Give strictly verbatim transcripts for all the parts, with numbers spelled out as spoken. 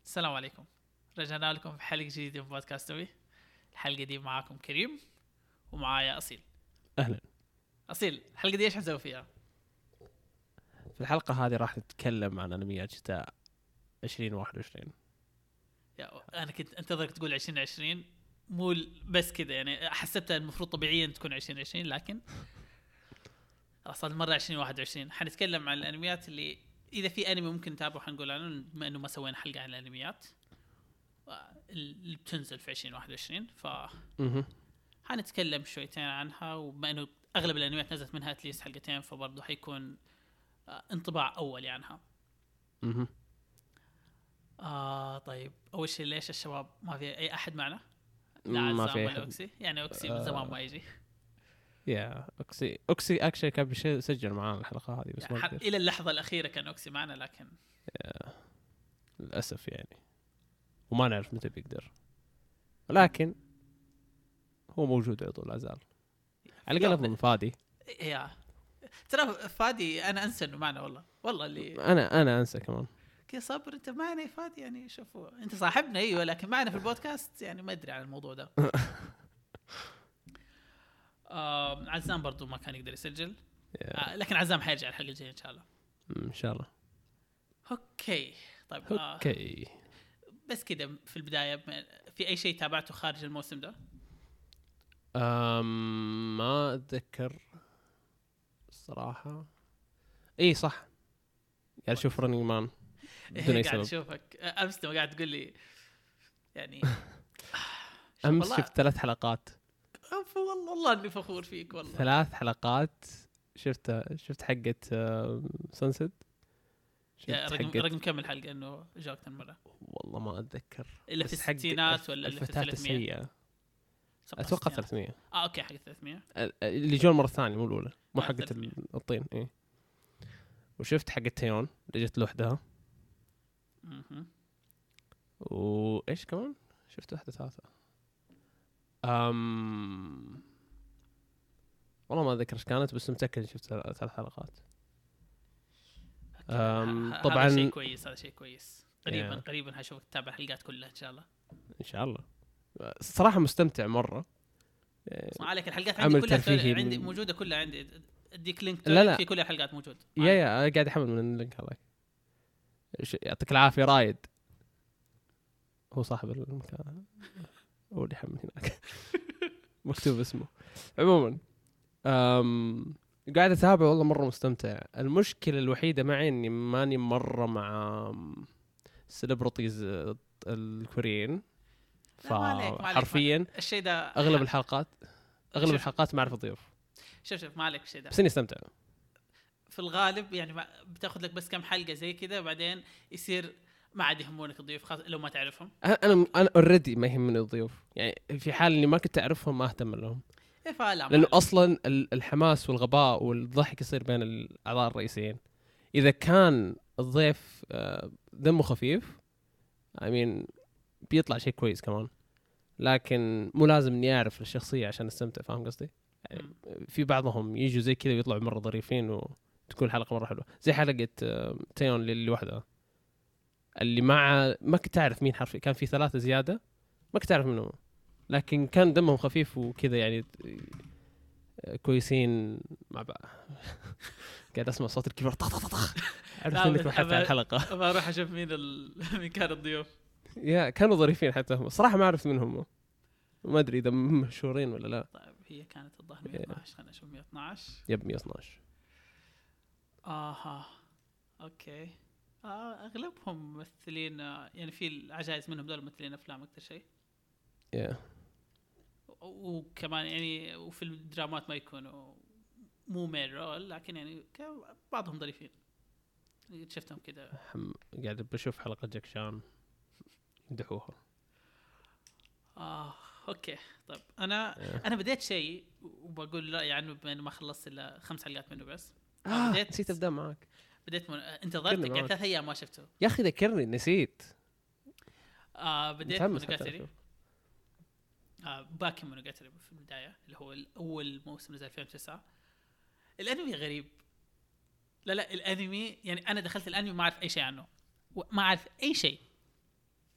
السلام عليكم. رجعنا لكم في حلقة جديدة من بودكاست توي. الحلقة دي معاكم كريم ومعايا أصيل. أهلا. أصيل، الحلقة دي إيش حنسوي فيها؟ في الحلقة هذه راح نتكلم عن أنميات شتاء عشرين واحد وعشرين. يا أنا كنت أنتظرك تقول عشرين عشرين، مو بس كذا، يعني حسبتها المفروض طبيعيا تكون عشرين عشرين، لكن أصلا مرة عشرين واحد وعشرين. حنتكلم عن الأنميات اللي إذا في أنمي ممكن نتابعه حنقول عنه، بما إنه ما سوينا حلقة عن الأنميات اللي بتنزل في عشرين واحد وعشرين. ف حنتكلم شويتين عنها، وبما إنه أغلب الأنميات نزلت منها أتليست حلقتين، فبرضه حيكون انطباع أولي عنها. اها آه طيب، أول شيء ليش الشباب ما في أي أحد معنا؟ ما لا في عزام أحد. ولا أوكسي، يعني أوكسي من زمان ما يجي. يا أوكسي أوكسي أكشلي كان بيسجل معانا الحلقة هذه بس ما يعني قدر إلى اللحظة الأخيرة كان أوكسي معنا، لكن للأسف يعني، وما نعرف متى بيقدر، ولكن هو موجود عضو لا زال على الأقل أفضل من فادي. يا ترى فادي أنا أنسى إنه معنا، والله والله اللي أنا أنا أنسى كمان. كي صبر أنت معنا يا فادي، يعني شوفوا أنت صاحبنا أيوة، لكن معنا في البودكاست يعني ما أدري عن الموضوع ده. آه عزام برضو ما كان يقدر يسجل، آه لكن عزام حيرجع الحلقة الجاية إن شاء الله. إن شاء الله. أوكي طيب. آه أوكي بس كده في البداية، في أي شيء تابعته خارج الموسم ده؟ أم ما أتذكر الصراحة. إيه صح، قاعد أشوف رننج مان بدون أي قاعد سبب. أشوفك أمس لما قاعد تقول لي يعني أمس شفت ثلاث حلقات. والله والله إني فخور فيك والله. ثلاث حلقات شفتها. شفت حقة سانسيت. رقم رقم كم الحلقة إنه جاك المرة؟ والله ما أتذكر. إلا في الستينات ولا اللي في ثلاثمية؟ أتوقع ثلاثمية. آه أوكي حق ثلاثمية. اللي جو المرة الثانية مو الأولى، مو آه حقة الطين. إيه. وشفت حقة تيون اللي جت لوحدها. اها. وإيش كمان شفت واحدة ثالثة. أم والله ما أتذكر إيش كانت، بس متأكد شفت ثلاث حلقات. أم طبعا هذا شيء كويس، هذا شيء كويس. قريبا yeah. قريبا هشوفك تتابع الحلقات كلها إن شاء الله. إن شاء الله. الصراحة مستمتع مرة. اسمع عليك، الحلقات عندي كلها ترفيهي عندي موجودة كلها عندي. اديك لينك لا لا. في كل الحلقات موجود. يا يا قاعد احمل من اللينك هذاك. يعطيك العافيه رايد، هو صاحب المكان، هو اللي يحمل هناك. مكتوب اسمه. عموما أم... قاعد اتابع والله مره مستمتع. المشكله الوحيده معي اني ماني مره مع السليبرتيز الكوريين، فحرفيا الشيء ده اغلب الحلقات اغلب الحلقات ما اعرف الضيوف. شوف شوف ما عليك الشيء ده، بس اني استمتع في الغالب. يعني بتاخذ لك بس كم حلقه زي كذا، بعدين يصير ما عاد يهمونك الضيوف خاص لو ما تعرفهم. انا انا اوريدي ما يهمني الضيوف، يعني في حال اني ما كنت اعرفهم ما اهتم لهم، لانه اصلا الحماس والغباء والضحك يصير بين الاعضاء الرئيسيين. اذا كان الضيف دمه خفيف I mean بيطلع شيء كويس كمان، لكن مو لازم اني اعرف الشخصيه عشان استمتع. فاهم قصدي؟ يعني في بعضهم يجوا زي كذا ويطلعوا مره ظريفين وتكون الحلقه مره حلوه، زي حلقه تيون اللي وحدها اللي مع ما كنت أعرف مين حرفي. كان في ثلاثة زيادة ما كنت أعرف منهم، لكن كان دمهم خفيف وكذا، يعني كويسين مع بعض. قاعد أسمع صوت الكيبورد طخ طخ طخ. عرفت إنك بحثت عن الحلقة. أبى أروح أشوف مين ال... مين كان الضيوف. يا كانوا ظريفين حتى هم. صراحة ما أعرف منهم، ما أدري إذا مشهورين ولا لا. طيب هي كانت الظاهر مية واثناشر. خلنا نشوف مية واثناشر. يب مية واثناشر. آها أوكي. آه أغلبهم ممثلين، يعني في العجائز منهم دول ممثلين أفلام أكثر شيء. yeah. وكمان يعني وفي الدرامات ما يكونوا مو مين رول، لكن يعني بعضهم ظريفين شفتهم كده. حم... قاعد بشوف حلقة جاك شان يمدحوها. آه أوكي طيب أنا yeah. أنا بديت شيء وبقول رأيي عنه بما إنه ما خلصت إلا خمس حلقات منه بس. آه بديت نسيت أبدأ معك. بديت من... انتظرتك يعني ثلاث أيام ما شفته يا أخي ذكرني نسيت. آه بديت مونوجاتري. آه باكي مونوجاتري في البداية اللي هو الأول موسم نزل ألفين وتسعة. الأنمي غريب. لا لا الأنمي يعني أنا دخلت الأنمي ما أعرف أي شيء عنه، ما أعرف أي شيء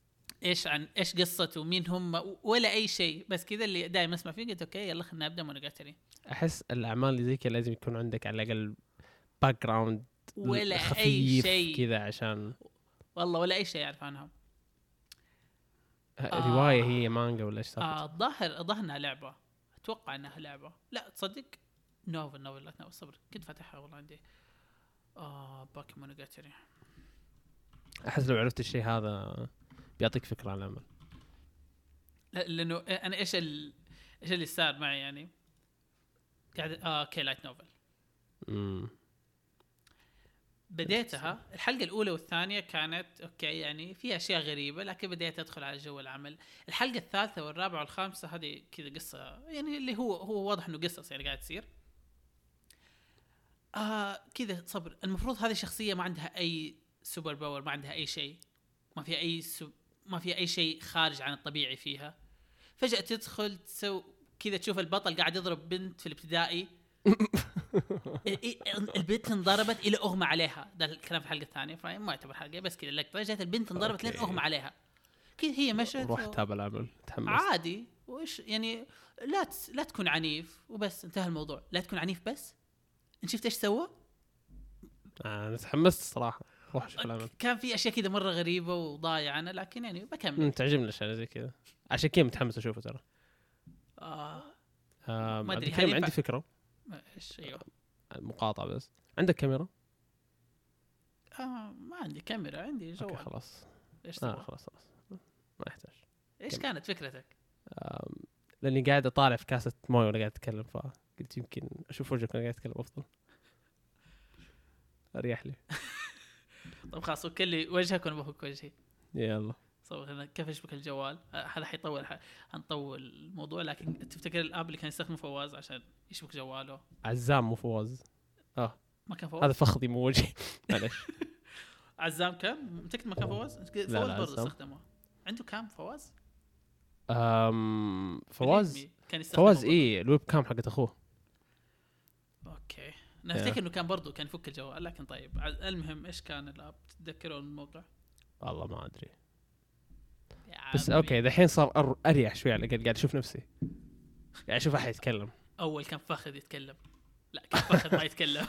ايش عن ايش قصته ومين هم ولا اي شيء، بس كذا اللي دائما اسمع فيه قلت اوكي يلا خلينا نبدا مونوجاتري. احس الاعمال اللي زي كذا لازم يكون عندك على الاقل باك جراوند ولا خفيف اي شيء كذا عشان والله ولا اي شيء يعرف عنهم. روايه آه هي مانجا ولا ايش صار؟ اه الظاهر الظاهر انها لعبه، اتوقع انها لعبه. لا تصدق نوفل نوفل لا نوفل صبر كنت فاتحها والله عندي. اه باكي مونوجاتري. احس لو عرفت الشيء هذا بيعطيك فكره عن العمل. لا لانه انا ايش ال... ايش اللي صار معي يعني قاعد اه اوكي لايت نوفل. امم بديتها الحلقه الاولى والثانيه كانت اوكي يعني فيها اشياء غريبه، لكن بديت ادخل على جو العمل. الحلقه الثالثه والرابعه والخامسه هذه كذا قصه يعني اللي هو هو واضح انه قصص يعني قاعد تصير آه كذا صبر. المفروض هذه الشخصيه ما عندها اي سوبر باور، ما عندها اي شيء، ما فيها اي سو... ما فيها اي شيء خارج عن الطبيعي فيها. فجاه تدخل تسوي كذا تشوف البطل قاعد يضرب بنت في الابتدائي البنت انضربت الى اغمى عليها. ده الكلام في الحلقه الثانيه فما يعتبر حلقه بس كذا اللقطه جت البنت انضربت لين اغمى عليها كذا هي مشت روح تابع العمل تحمس عادي. وايش يعني لا تس... لا تكون عنيف وبس انتهى الموضوع. لا تكون عنيف بس انت شفت ايش سوى؟ انا تحمست الصراحه روح شوف العمل. كان في اشياء كذا مره غريبه وضايع انا لكن يعني بكمل. تعجبني الاشياء زي كذا عشان كذا متحمس اشوفه ترى. اه, آه ما ادري عندي ف... فكره ايش ايوه مقاطعه بس عندك كاميرا؟ آه ما عندي كاميرا عندي جوال. اوكي خلاص ايش آه خلاص خلاص ما يحتاج. ايش كاميرا. كانت فكرتك؟ آه لاني قاعد اطالع في كاسه مويه وانا قاعد اتكلم فقلت يمكن اشوف وجهك وانا قاعد اتكلم افضل اريح لي. طب خلاص وكلي وجهك وانا بفك وجهي. يلا صور هنا كيف يشبك الجوال. هذا حيطول حنطول الموضوع. لكن تفتكر الاب اللي كان يستخدم فواز عشان يشبك جواله؟ عزام مو فواز. اه ما كان فواز. هذا فخذي مو وجهي معلش. عزام كان متأكد ما كان فواز. فواز برضه استخدمه عنده كام فواز. امم فواز كان فواز ايه الويب كام حقت اخوه. اوكي انا افتكر انه كان برضه كان يفك الجوال. لكن طيب المهم ايش كان الاب تتذكروا الموقع؟ والله ما ادري بس اوكي الحين صار اريح شوي على الاقل قاعد اشوف نفسي قاعد اشوف احد يتكلم. اول كان فخذ يتكلم لا كان فخذ ما يتكلم.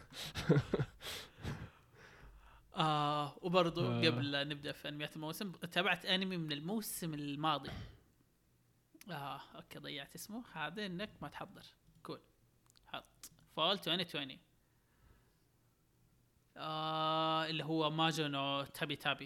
آه وبرضو آه. قبل نبدأ في أنميات الموسم تابعت أنمي من الموسم الماضي. آه أوكي ضيعت اسمه. هذا إنك ما تحضر كول حط فول ألفين وعشرين آه اللي هو ماجونو تابي تابي.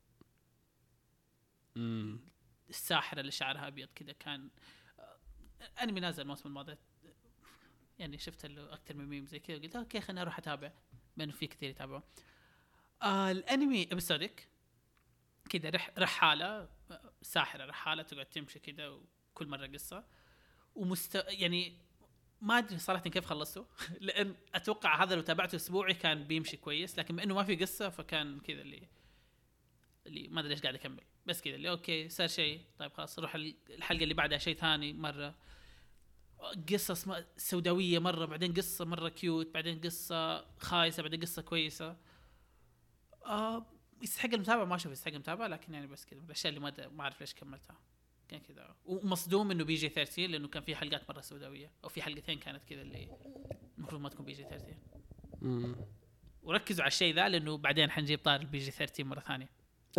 مم. الساحرة اللي شعرها أبيض كده. كان آه أنمي نازل الموسم الماضي يعني شفت له أكتر من ميم زي كده قلت أوكي خليني أروح أتابع بأنه في كثير يتابعه. آه الانمي ابسودك كده رح رحاله ساحره رحاله تقعد تمشي كده وكل مره قصه ومست يعني ما ادري صراحه كيف خلصته. لان اتوقع هذا لو تابعته اسبوعي كان بيمشي كويس. لكن بانه ما في قصه فكان كذا اللي اللي ما ادري ايش قاعد اكمل بس كذا اللي اوكي صار شيء طيب خلاص نروح الحلقه اللي بعدها شيء ثاني مره. قصص سوداويه مره بعدين قصه مره كيوت بعدين قصه خايسه بعدين قصه كويسه. آه يستحق المتابعة. ما أشوف يستحق المتابعة لكن يعني بس كذا الأشياء اللي ما ما أعرف ليش كملتها كان كذا. ومصدوم إنه بيجي ثلاثة عشر لأنه كان في حلقات مرة سوداوية أو في حلقتين كانت كذا اللي المفروض ما تكون بيجي ثلاثة عشر. امم وركزوا على الشيء ذا لأنه بعدين حنجيب طار بيجي ثلاثة عشر مرة ثانية.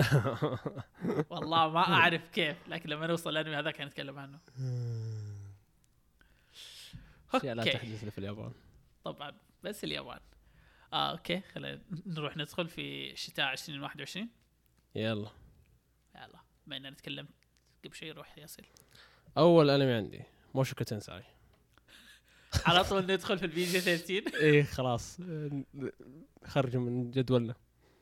والله ما أعرف كيف لكن لما نوصل الأنمي هذا كان نتكلم عنه. أوكي لا تحدث في اليابان طبعا بس اليابان. آه أوكي خلينا نروح ندخل في شتاء عشرين واحد وعشرين. يلا يلا ما إننا نتكلم قبل شيء روح يصل. أول أنمي عندي موشوكو تنساي. على طول ندخل في البي جي ثلاثة عشر. إيه خلاص خرجوا من جدولنا.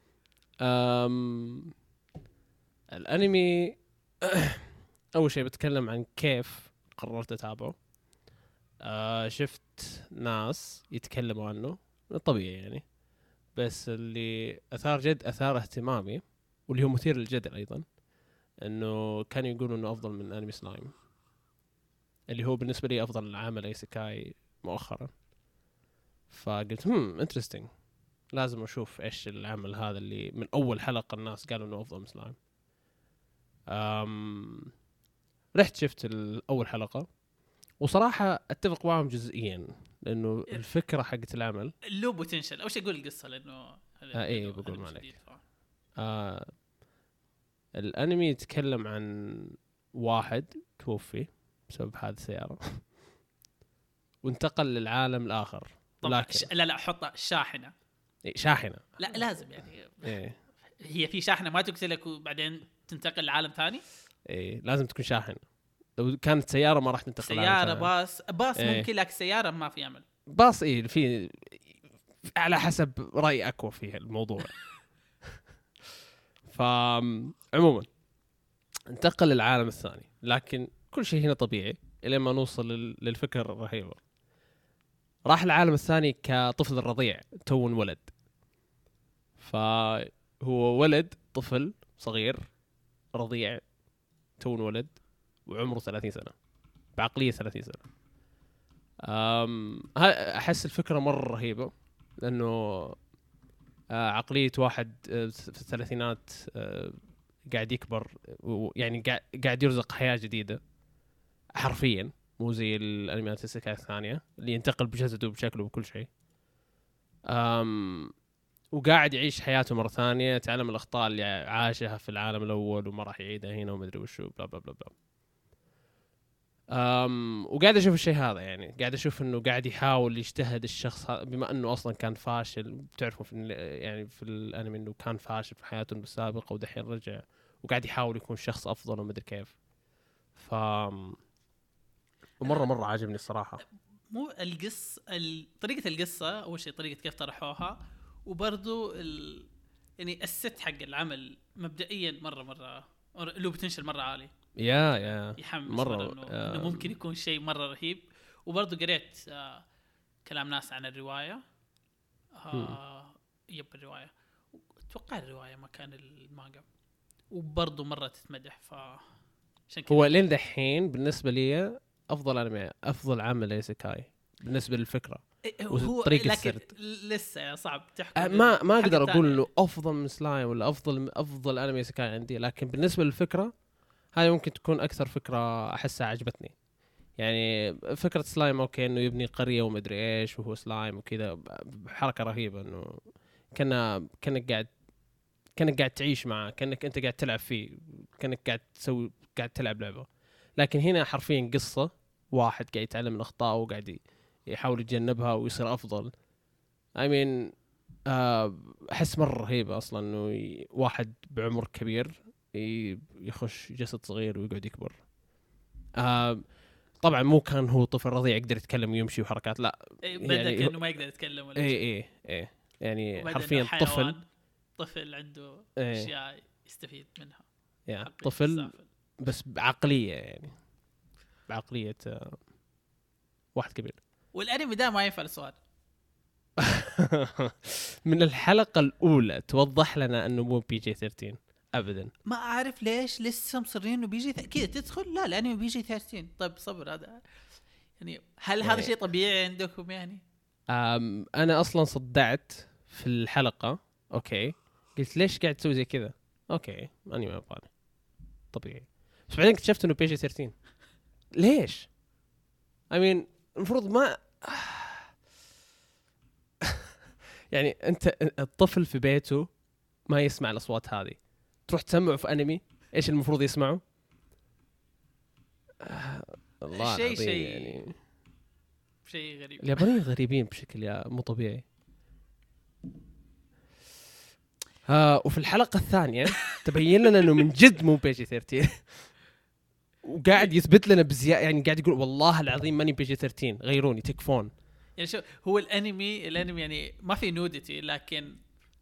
أم... الأنمي أول شيء بتكلم عن كيف قررت أتابعه. أه شفت ناس يتكلموا عنه طبيعي يعني بس اللي أثار جد أثار اهتمامي واللي هو مثير للجدل أيضا إنه كانوا يقولوا إنه أفضل من أنمي سلايم اللي هو بالنسبة لي أفضل عمل ايسيكاي مؤخرا. فقلت هم انترستينج لازم أشوف إيش العمل هذا اللي من أول حلقة الناس قالوا إنه أفضل من سلايم. أم رحت شفت اول حلقه وصراحه اتفق معهم جزئيا لانه الفكره حقت العمل له بوتنشل. اول شيء اقول القصه لانه آه ايه بقول ما عليك. ف... آه الانمي يتكلم عن واحد توفي بسبب حادث سياره وانتقل للعالم الاخر. لكن ش... لا لا حط شاحنه. إيه شاحنه. لا لازم يعني إيه. هي في شاحنه ما تقتلك وبعدين تنتقل لعالم ثاني. ايه لازم تكون شاحنه. لو كانت سياره ما راح تنتقل سياره باص باص إيه. ممكن لك سياره ما في عمل باص ايه في على حسب راي اكوا في الموضوع. فعموما انتقل للعالم الثاني لكن كل شيء هنا طبيعي الى ما نوصل للفكره الرهيبه. راح العالم الثاني كطفل رضيع تون ولد. فهو ولد طفل صغير رضيع تون ولد وعمره ثلاثين سنة بعقلية ثلاثين سنة. أم أحس الفكرة مرة رهيبة لأنه عقلية واحد في الثلاثينات قاعد يكبر يعني قاعد يرزق حياة جديدة حرفيا مو زي الأنميات السكاية الثانية اللي ينتقل بجسده بشكله وكل شيء. أم وقاعد يعيش حياته مرة ثانية تعلم الأخطاء اللي عاشها في العالم الأول وما راح يعيدها هنا وما أدري وشو بلا بلا بلا بلا. أم وقاعد أشوف الشيء هذا يعني قاعد أشوف إنه قاعد يحاول يجتهد الشخص بما إنه أصلاً كان فاشل. بتعرفوا في يعني في الأنمي إنه كان فاشل في حياته السابقة ودحين رجع وقاعد يحاول يكون شخص أفضل وما أدري كيف. ف ومرة مرة عاجبني الصراحة. مو القصة طريقة القصة أول شيء طريقة كيف طرحوها وبرضو ال... يعني الست حق العمل مبدئيا مرة مرة له بوتنشل مرة عالي. يا يا يحمس مرة, مرة إنه, آه إنه ممكن يكون شيء مرة رهيب. وبرضو قريت آه كلام ناس عن الرواية. آه يب الرواية أتوقع الرواية ما كان المانجا وبرضو مرة تتمدح. ف هو لين دحين بالنسبة لي أفضل أنمي أفضل عمل ايسيكاي بالنسبة للفكرة هو لكن السرد. لسه صعب تحكم. أه ما ما أقدر أقول إنه أفضل من سلايم ولا أفضل أفضل أنمي ايسيكاي عندي لكن بالنسبة للفكرة هاي ممكن تكون أكثر فكرة أحسها عجبتني. يعني فكرة سلايم أوكي إنه يبني قرية ومدري إيش وهو سلايم وكذا بحركة رهيبة إنه كنا كأنك قاعد كأنك قاعد تعيش معه كأنك أنت قاعد تلعب فيه كأنك قاعد تسوي قاعد تلعب لعبة. لكن هنا حرفيا قصة واحد قاعد يتعلم من أخطائه وقاعد يحاول يتجنبها ويصير أفضل. I mean أحس مرة رهيبة أصلاً إنه واحد بعمر كبير يخش جسد صغير ويقعد يكبر. طبعاً مو كان هو طفل رضيع يقدر يتكلم ويمشي وحركات لا بدك يعني إنه ما يقدر يتكلم ولا إيه إيه إيه يعني حرفياً طفل طفل عنده إيه أشياء يستفيد منها يعني طفل السافل. بس بعقلية يعني بعقلية واحد كبير. والأنمي ده ما ينفع السؤال. من الحلقة الأولى توضح لنا أنه مو بي جي ثلاثة عشر أبدا. ما أعرف ليش لسه مصرين إنه بيجي ث... كذا تدخل لا الأنمي بيجي ثلاثة عشر. طيب صبر هذا يعني هل هذا شيء طبيعي عندكم يعني؟ أم أنا أصلا صدعت في الحلقة أوكي قلت ليش قاعد تسوي زي كذا أوكي أني ما أبغى طبيعي. بس بعدين اكتشفت إنه بي جي ثلاثة عشر. ليش؟ I mean المفروض ما يعني أنت الطفل في بيته ما يسمع الأصوات هذه تروح تسمعه في أنمي إيش المفروض يسمعه؟ آه الله شيء شيء يعني شيء غريب. اليابانيين غريبين بشكل يا مو طبيعي. آه وفي الحلقة الثانية تبين لنا إنه من جد مو بيجي ثلاثة عشر وقاعد يثبت لنا بزيادة يعني قاعد يقول والله العظيم ماني بيجي ثلاثة عشر غيروني تكفون. يعني شو هو الأنمي الأنمي يعني ما في نودتي لكن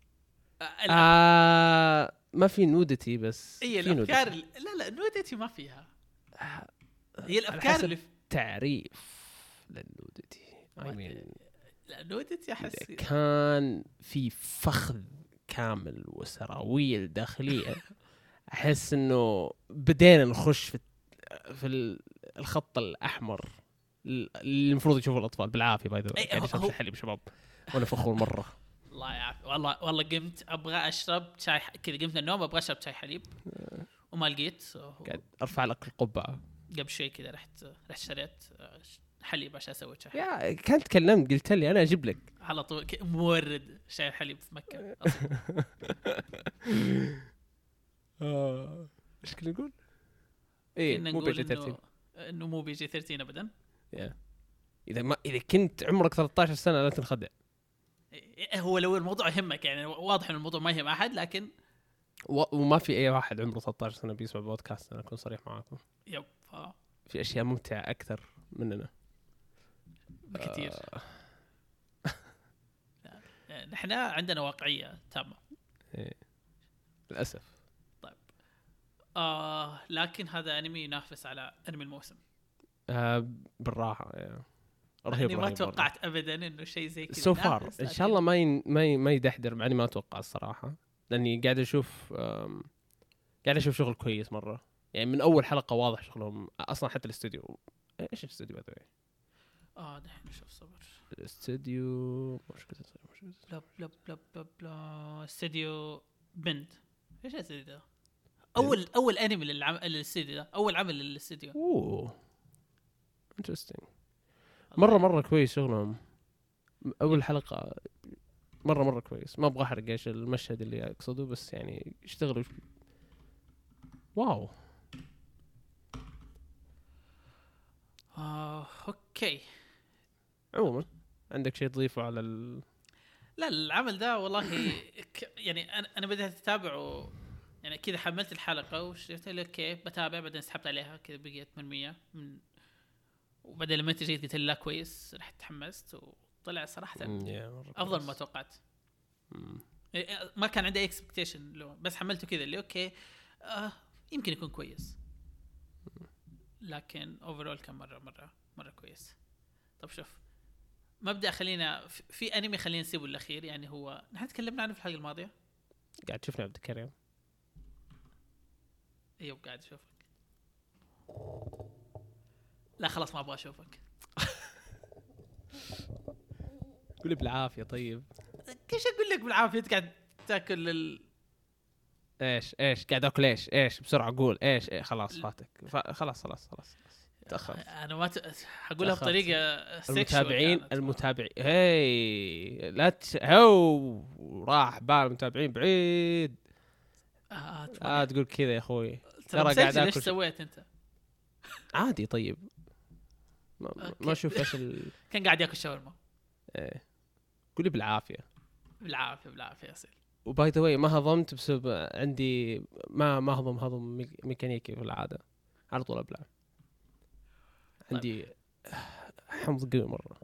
آه ما في نودتي بس هي الأفكار لا لا نودتي ما فيها. هي الأفكار اللي تعريف للنودتي I mean لا نودتي أحس كان في فخذ كامل وسراويل داخلية أحس إنه بدينا نخش في في الخط الأحمر اللي المفروض يشوفوا الأطفال بالعافية باي ذا واي. قاعد أشرب حليب شباب وأنا فخور مرة. الله يعافي والله والله قمت أبغى أشرب شاي كذا قمت من النوم أبغى أشرب شاي حليب وما لقيت قاعد ارفع لك القبعه. قبل شوي كذا رحت رحت اشتريت حليب عشان اسوي شاي. يا كنت تكلمت قلت لي انا اجيب لك على طول مورد شاي حليب في مكه. اه ايش كنا نقول؟ ايه مو بيجي ثلاثين، انه مو بيجي ثلاثين ابدا. yeah. اذا ما اذا كنت عمرك ثلاثة عشر سنه لا تنخدع. هو لو الموضوع يهمك يعني واضح ان الموضوع ما يهم احد، لكن و... وما في اي واحد عمره ثلاثة عشر سنه بيسمع بودكاست. انا اكون صريح معاكم. يب في اشياء ممتعه اكثر مننا بكثير. آه. نحن عندنا واقعيه تامه. إيه. للاسف. طيب آه لكن هذا انمي ينافس على انمي الموسم. آه بالراحه يعني. رهيب رهيب. ما توقعت مرة. ابدا انه شيء زي كذا سو فار. ان شاء الله ما ي... ما ي... ما يدحدر، معني ما اتوقع الصراحه، لاني قاعد اشوف أم... قاعد اشوف شغل كويس مره يعني. من اول حلقه واضح شغلهم اصلا. حتى الاستوديو، ايش الاستوديو هذا؟ اه دحين نشوف صبر. الاستوديو مش كذا مش بلا بلا بلا بلا بلا استوديو بند. ايش الاستوديو ده؟ اول بند. اول انمي للعمل الاستوديو ده، اول عمل للاستوديو. اوه انترستينج. مره مره كويس شغلهم. اول حلقه مره مره كويس. ما ابغى احرق ايش المشهد اللي اقصده، بس يعني يشتغلوا. واو. آه، اوكي. عموما عندك شيء تضيفه على ال... لا العمل ده والله ك... يعني انا انا بدأت اتابعه يعني كذا. حملت الحلقه وشفت لك كيف بتابع، بعدين سحبت عليها كذا بقيت ثمانمية من، وبعدين لما تجي قلت لا كويس، رحت تحمست وطلع صراحه افضل ما توقعت. ما كان عندي اكسبكتيشن له، بس حملته كذا اللي اوكي آه يمكن يكون كويس، لكن اوفرول كان مره مره مره كويس. طب شوف مبدأ، خلينا في انمي خلينا نسيبه الاخير يعني. هو نحن تكلمنا عنه في الحلقه الماضيه. قاعد تشوفني عبد الكريم؟ ايوه قاعد اشوفك. لا خلاص ما ابغى اشوفك. قولي بالعافيه. طيب ايش اقول لك بالعافيه؟ انت قاعد تاكل ال... ايش ايش قاعد اكل ايش ايش بسرعه قول ايش, إيش خلاص فاتك ف... خلاص خلاص خلاص تاخرت. انا ما ت... حقولها بطريقه المتابعين المتابعين هي لا تش... هو راح بال المتابعين بعيد. اه, آه تقول كذا يا اخوي. ترى قاعد اكل. ايش سويت انت؟ عادي. طيب ما, ما اشوف ايش ال... كان قاعد ياكل شاورما. ايه قولي بالعافيه. بالعافيه بالعافيه يصير. وباي ذا واي ما هضمت بسبب عندي ما ما هضم هضم ميكانيكي في العاده، على طول ابلع. عندي حمض قوي مره.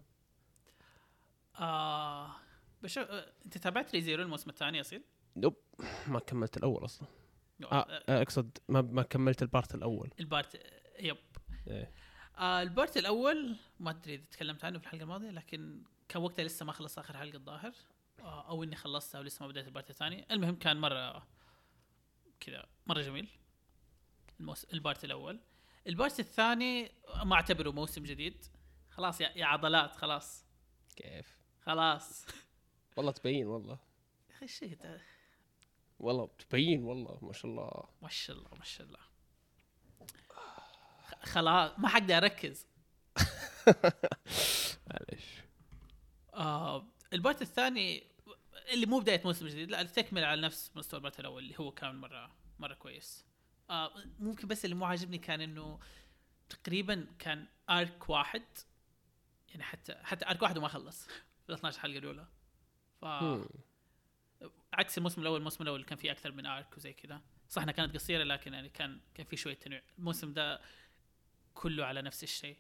آه بشو... انت تابعت ريزيرو الموسم الثاني يصير؟ نوب ما كملت الاول اصلا. آه اقصد ما ما كملت البارت الاول. البارت يب إيه. آه البارت الاول ما ادري اذا تكلمت عنه في الحلقه الماضيه، لكن كان وقتها لسه ما خلص اخر حلقه الظاهر، آه او اني خلصتها ولسه ما بديت البارت الثاني. المهم كان مره كذا مره جميل الموس... البارت الاول. البارت الثاني ما اعتبره موسم جديد. خلاص يا, يا عضلات خلاص. كيف خلاص والله تبين والله يا اخي الشيء ده والله تبين والله ما شاء الله ما شاء الله ما شاء الله. خلاص ما حقدر اركز. معليش. آه البارت الثاني اللي مو بدايه موسم جديد، لا تكمل على نفس مستوى البارت الاول اللي هو كان مره مره كويس. آه ممكن بس اللي مو عاجبني كان انه تقريبا كان ارك واحد يعني، حتى حتى ارك واحد وما خلص في اثناشر حلقه الاولى. ف عكس الموسم الاول. الموسم الاول كان فيه اكثر من ارك وزي كذا. صح انها كانت قصيره لكن يعني كان كان في شويه تنويع. الموسم ده كله على نفس الشيء.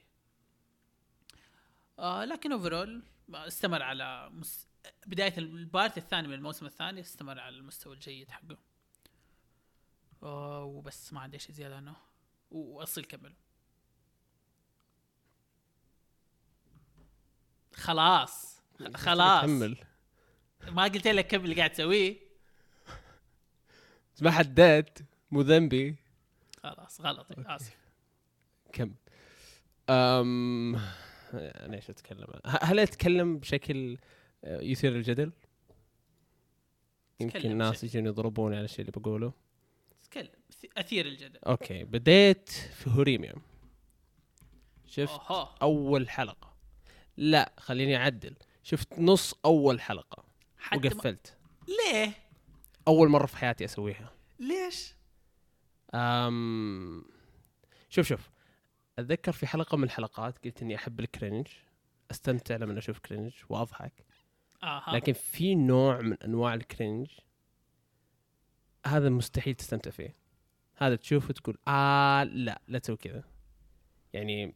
آه لكن اوفرول استمر على مس... بدايه البارت الثاني من الموسم الثاني استمر على المستوى الجيد حقه. آه وبس ما عندي شيء زياده عنه، واصل كمل خلاص خلاص كمل. ما قلت لك كمل اللي قاعد تسويه. ما حددت مو ذنبي. خلاص غلط اسف. كم امم انا ايش اتكلم؟ هل اتكلم بشكل يثير الجدل؟ يمكن الناس يجون يضربوني على الشيء اللي بقوله. تكلم اثير الجدل. اوكي بديت في هوريميا، شفت أوه. اول حلقه، لا خليني اعدل، شفت نص اول حلقه وقفلت. ما... ليه؟ اول مره في حياتي اسويها. ليش؟ أم... شوف شوف اتذكر في حلقه من الحلقات قلت اني احب الكرنج، استمتع لما اشوف كرنج واضحك. آه. لكن في نوع من انواع الكرنج هذا مستحيل تستمتع فيه، هذا تشوفه تقول آه لا لا تسوي كذا. يعني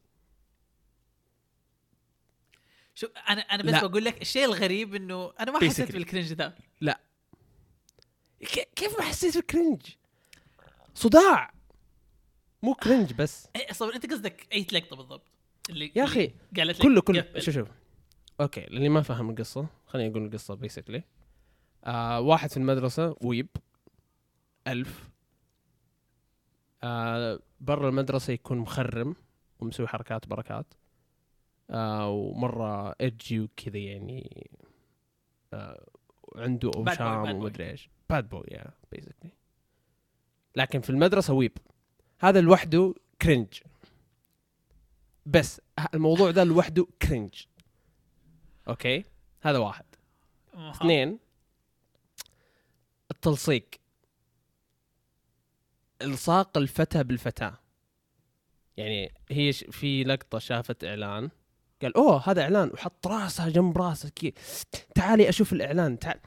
شو انا انا بس بقول لك الشيء الغريب انه انا ما حسيت بالكرنج ذا. لا كيف ما حسيت بالكرنج؟ صداع مو كرنج بس. ايه صبر، انت قصدك اي لقطه بالضبط اللي يا اخي قالت لك كله كله شوف شوف اوكي اللي ما فهم القصه خليني اقول القصه بيسكلي. آه واحد في المدرسه ويب ألف، آه برا المدرسه يكون مخرم ومسوي حركات بركات، آه ومره ايدجي وكذا يعني، آه عنده اوشام ومدري ايش، باد بوي يا بيسكلي. لكن في المدرسه ويب، هذا لوحده كرنج، بس الموضوع ده لوحده كرنج. اوكي هذا واحد. اثنين التلصيق، الصاق الفتى بالفتاة. يعني هي في لقطة شافت إعلان قال أوه هذا إعلان وحط راسها جنب راسها كي، تعالي أشوف الإعلان، تعال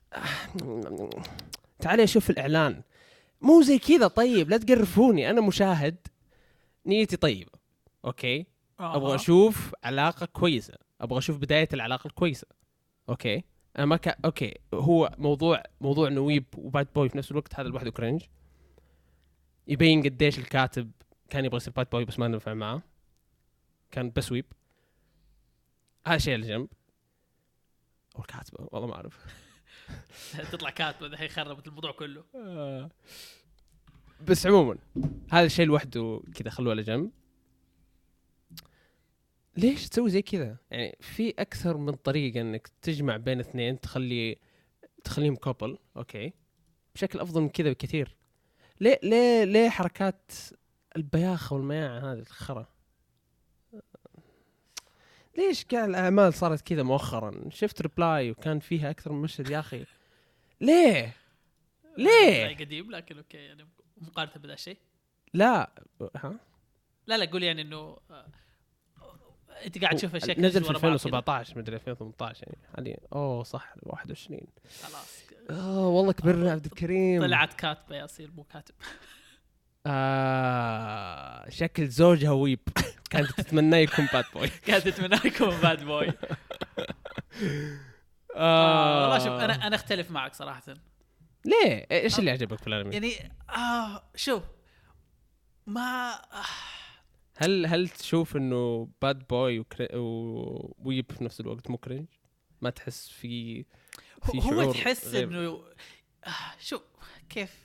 تعالي أشوف الإعلان، مو زي كذا طيب لا تقرفوني أنا مشاهد نيتي طيبة. أوكي آه. أبغى أشوف علاقة كويسة، أبغى أشوف بداية العلاقة الكويسة. أوكي أنا ما كان أوكي هو موضوع موضوع نويب وباد بوي في نفس الوقت، هذا لوحده كرنج. يبين قديش الكاتب كان يبغى يصير باد بوي بس ما نفع معه، كان بس ويب. هذا شيء اللي جنب. أو الكاتبة والله ما أعرف تطلع كاتبة ده خربت الموضوع كله. بس عموما هذا الشيء لوحده كذا خلوه على جنب. ليش تسوي زي كذا؟ يعني في أكثر من طريقة إنك تجمع بين اثنين تخلي تخليهم كوبل أوكي بشكل أفضل من كذا بكثير. ليه ليه ليه حركات البياخة والمياعة هذه الخرا؟ ليش قال الأعمال صارت كذا مؤخرا؟ شفت ريبلاي وكان فيها أكثر من مشهد يا أخي. ليه ليه قديم لكن أوكي يعني مقارنة بهذا الشيء. لا ها لا لا قول يعني إنه انت قاعد تشوف اشياء نزل في ألفين وسبعطعش مدري ألفين وثمانطعش يعني حاليا. اوه صح واحد وعشرين خلاص. اه والله كبرنا عبد الكريم. طلعت كاتبه يصير مو كاتب. آه شكل زوجها ويب كانت تتمنى يكون باد بوي. كانت تتمنى يكون باد بوي. آه والله شوف انا انا اختلف معك صراحه. ليه ايش اللي عجبك في الانمي؟ يعني اه شوف ما هل هل تشوف انه باد بوي وكري... وويب في نفس الوقت مو كرنج؟ ما تحس في في شعور هو تحس انه آه شو كيف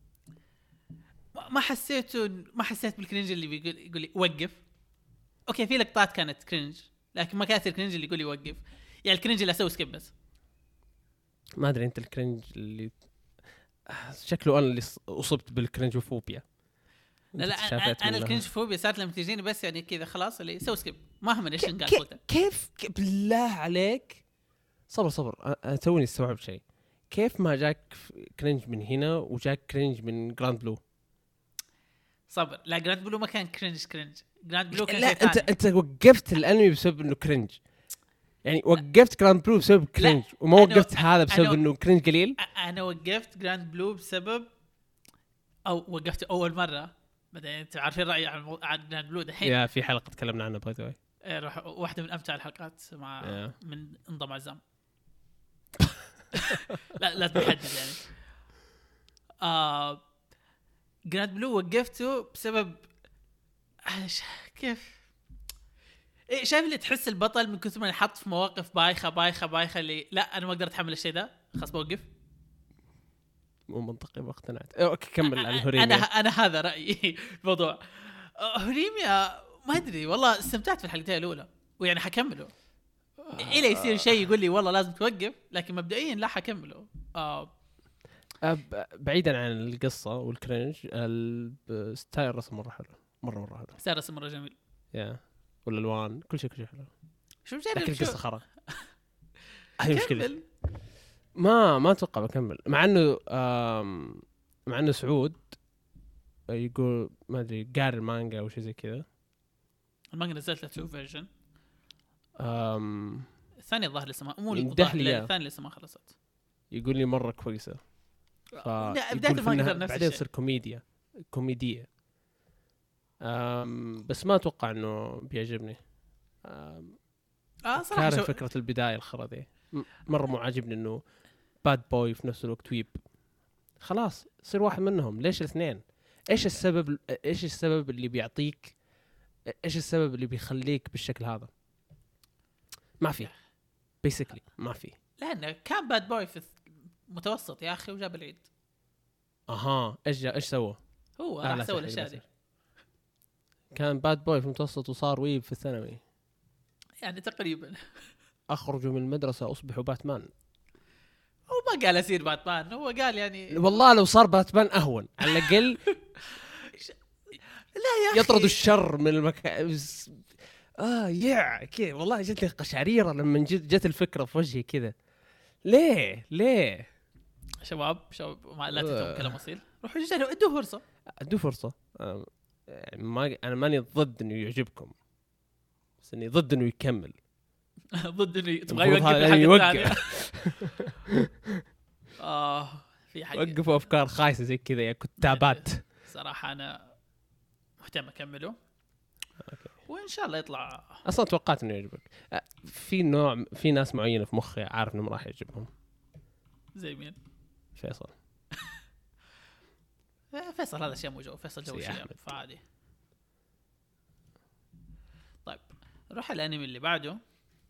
ما حسيته ما حسيت بالكرنج اللي بيقول يقول لي وقف. اوكي في لقطات كانت كرنج لكن ما كانت الكرنج اللي يقول لي وقف. يعني الكرنج اللي اسوي سكيب بس. ما ادري انت الكرنج اللي شكله انا اللي اصبت بالكرنجوفوبيا. لا لا انا الكرنج فوبيا صارت لما تجيني بس يعني كذا خلاص اللي سوي سكيب مهما ايش نقال قلته. كيف بالله عليك صبر صبر انا توني استوعب شيء. كيف ما جاك كرنج من هنا وجاك كرنج من جراند بلو؟ صبر لا جراند بلو ما كان كرنج كرنج جراند بلو كان لا شيء ثاني. انت انت وقفت الانمي بسبب انه كرنج. يعني وقفت جراند بلو بسبب كرنج وما وقفت هذا بسبب انه كرنج قليل. انا وقفت جراند بلو بسبب او وقفت اول مره بعدين انت عارفين رايي عن عن جراند بلو دحين. يا في حلقه تكلمنا عنها باي ذا واي. راح واحده من امتع الحلقات مع yeah. من انضم عزام. لا لا تحدد يعني. آه جراند بلو وقفته بسبب كيف إيه شايف اللي تحس البطل من كثر ما يحط في مواقف بايخه بايخه بايخه اللي لا انا ما اقدر اتحمل الشيء ده خلاص بوقف. مو منطقي ما اقتنعت. اوكي كمل عن هوريميا. انا انا هذا رايي الموضوع. هوريميا ما ادري والله استمتعت في الحلقتين الاولى ويعني حكمله الى يصير شيء يقول لي والله لازم توقف لكن مبدئيا لا حكمله. آه بعيدا عن القصه والكرنج الستايل الرسم مره حلو مره مره حلو ستايل الرسم مره جميل يا والالوان كل شيء كل شيء حلو شو مجرب لكن شو القصه خرا هاي مشكله ما ما اتوقع بكمل مع انه مع انه سعود يقول ما ادري قاري المانجا او شيء زي كذا المانجا نزلت له تو فيرجن امم الثانيه الظاهر لسه ما مو الثانيه لسه ما خلصت يقول لي مره كويسه ف بدايه المانجا نفس بعدين تصير كوميديا كوميديه أم بس ما اتوقع انه بيعجبني أم اه صراحه كاره فكره البدايه الخرا دي مره مو عاجبني انه باد بوي في نفس الوقت ويب خلاص صير واحد منهم ليش الاثنين ايش السبب ايش السبب اللي بيعطيك ايش السبب اللي بيخليك بالشكل هذا ما في بيسكلي ما في لانه كان باد بوي في متوسط يا اخي وجاب العيد اها ايش ايش سوى هو راح سوى الاشياء دي كان باد بوي في المتوسط وصار ويب في الثانوي يعني تقريبا اخرجوا من المدرسه اصبحوا باتمان هو ما قال اسير باتمان هو قال يعني والله لو صار باتمان اهون على الاقل لا يا يطرد الشر من المكان اه يا كذا والله جت لي قشعريره لما جت جت الفكره في وجهي كذا ليه ليه شباب شباب ما لا تتوقع كلام اصيل روحوا جربوا ادوا فرصه ادوا فرصه آه ما انا ماني ضد انه يعجبكم بس اني ضد انه يكمل ضد انه تبغى يوقف الحلقه الثانيه اه في حاجه وقفوا افكار خايسه زي كذا يا كتابات صراحه انا مهتم اكمله وان شاء الله يطلع اصلا توقعت انه يعجبك في نوع في ناس معينه في مخي عارف انه ما راح يعجبهم زي مين فيصل فيصل هذا شيء مو جو فيصل جو شيء فعادي طيب نروح على الانمي اللي بعده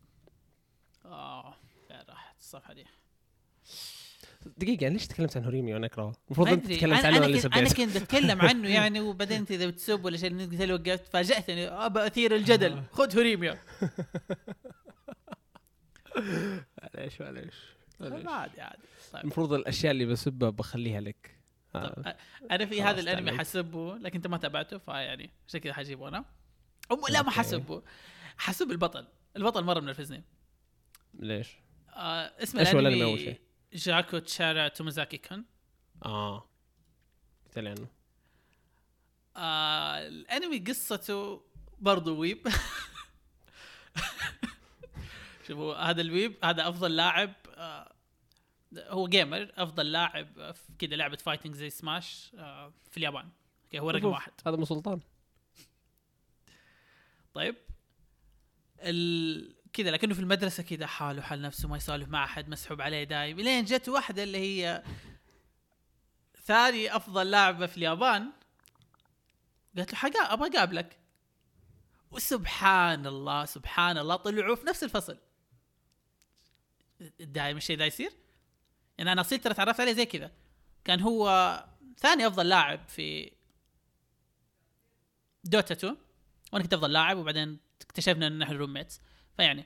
اه فين راحت الصفحه دي دقيقة ليش تكلمت عن هوريمي وانا اكرهه؟ المفروض انت تكلمت عنه انا ولا كنت انا كنت بتكلم عنه يعني وبعدين انت اذا بتسب ولا شيء قلت لي وقفت فاجأتني ابى اثير الجدل خذ هوريمي معليش معليش عادي عادي طيب المفروض الاشياء اللي بسبها بخليها لك طيب انا في هذا الانمي حسبه لكن انت ما تابعته فيعني عشان كذا حجيبه انا أو لا ما حسبه حسب البطل البطل مره منرفزني ليش آه اسم الانمي اول شيء جاكو تشارا تومازاكي كان اه قلت لي عنه آه الانمي قصته برضو ويب شوفوا هذا الويب هذا افضل لاعب آه هو جيمر افضل لاعب في كذا لعبه فايتنج زي سماش آه في اليابان اوكي هو رقم واحد هذا مو سلطان طيب ال... كذا لكنه في المدرسه كذا حاله حال نفسه ما يسولف مع احد مسحوب عليه دايم لين جت واحده اللي هي ثاني افضل لاعبه في اليابان قالت له حاجه ابغى اقابلك وسبحان الله سبحان الله طلعوا في نفس الفصل دايم الشيء ده يصير يعني انا اصيل ترى تعرفت عليه زي كذا كان هو ثاني افضل لاعب في دوتا تو وانا كنت افضل لاعب وبعدين اكتشفنا ان نحن روميتس فيعني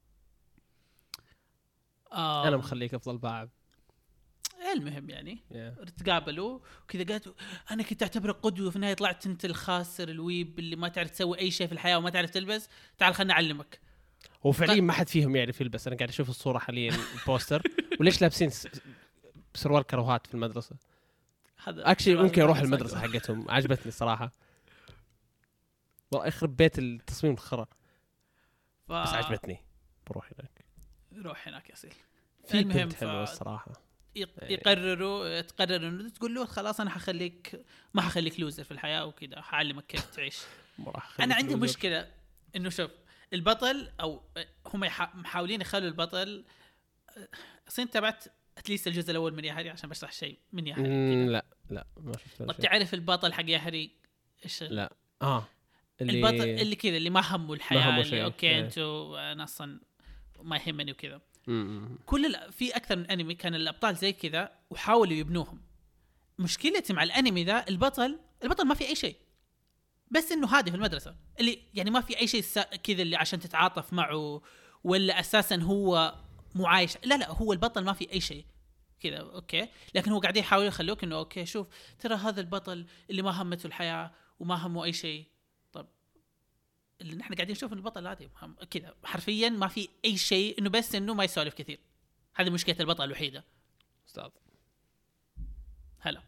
آه انا مخليك افضل لاعب المهم يعني yeah. تقابلوا وكذا قالت انا كنت اعتبرك قدوه في النهايه طلعت انت الخاسر الويب اللي ما تعرف تسوي اي شيء في الحياه وما تعرف تلبس تعال خلنا اعلمك هو فعليا ما حد فيهم يعرف يلبس انا قاعد اشوف الصوره حاليا البوستر وليش لابسين سروال كروهات في المدرسه هذا اكشلي ممكن اروح المدرسه حقتهم عجبتني الصراحه والله يخرب بيت التصميم الخرا ف... بس عجبتني بروح هناك روح هناك يا سيل في بنت حلوه الصراحه يقرروا تقرر انه تقول له خلاص انا حخليك ما حخليك لوزر في الحياه وكذا حعلمك كيف تعيش انا عندي لوزر. مشكله انه شوف البطل او هم محاولين يخلوا البطل اصلا تبعت اتليست الجزء الاول من ياهري عشان بشرح شيء من ياهري لا لا ما شفت طب تعرف البطل حق ياهري ايش لا اه اللي البطل اللي كذا اللي ما همه الحياه ما اللي اوكي yeah. انتوا انا اصلا ما يهمني وكذا كل في اكثر من انمي كان الابطال زي كذا وحاولوا يبنوهم مشكلتي مع الانمي ذا البطل البطل ما في اي شيء بس انه هادي في المدرسه اللي يعني ما في اي شيء كذا اللي عشان تتعاطف معه ولا اساسا هو معايش لا لا هو البطل ما في اي شيء كذا اوكي، لكن هو قاعدين يحاولوا يخلوك انه اوكي شوف ترى هذا البطل اللي ما همته الحياه وما همه اي شيء. طب اللي نحن قاعدين نشوف البطل هذا كذا حرفيا ما في اي شيء، انه بس انه ما يسولف كثير. هذه مشكله البطل الوحيده. استاذ هلا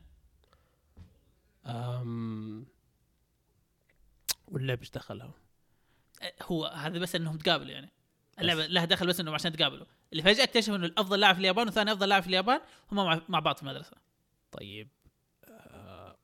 امم واللعبه ايش دخلها؟ هو هذا بس انهم تقابلوا، يعني اللعبه لها دخل بس انهم عشان تقابلوا. اللي فجاه اكتشفوا انه الافضل لاعب في اليابان وثاني افضل لاعب في اليابان هم مع بعض في المدرسه. طيب آه.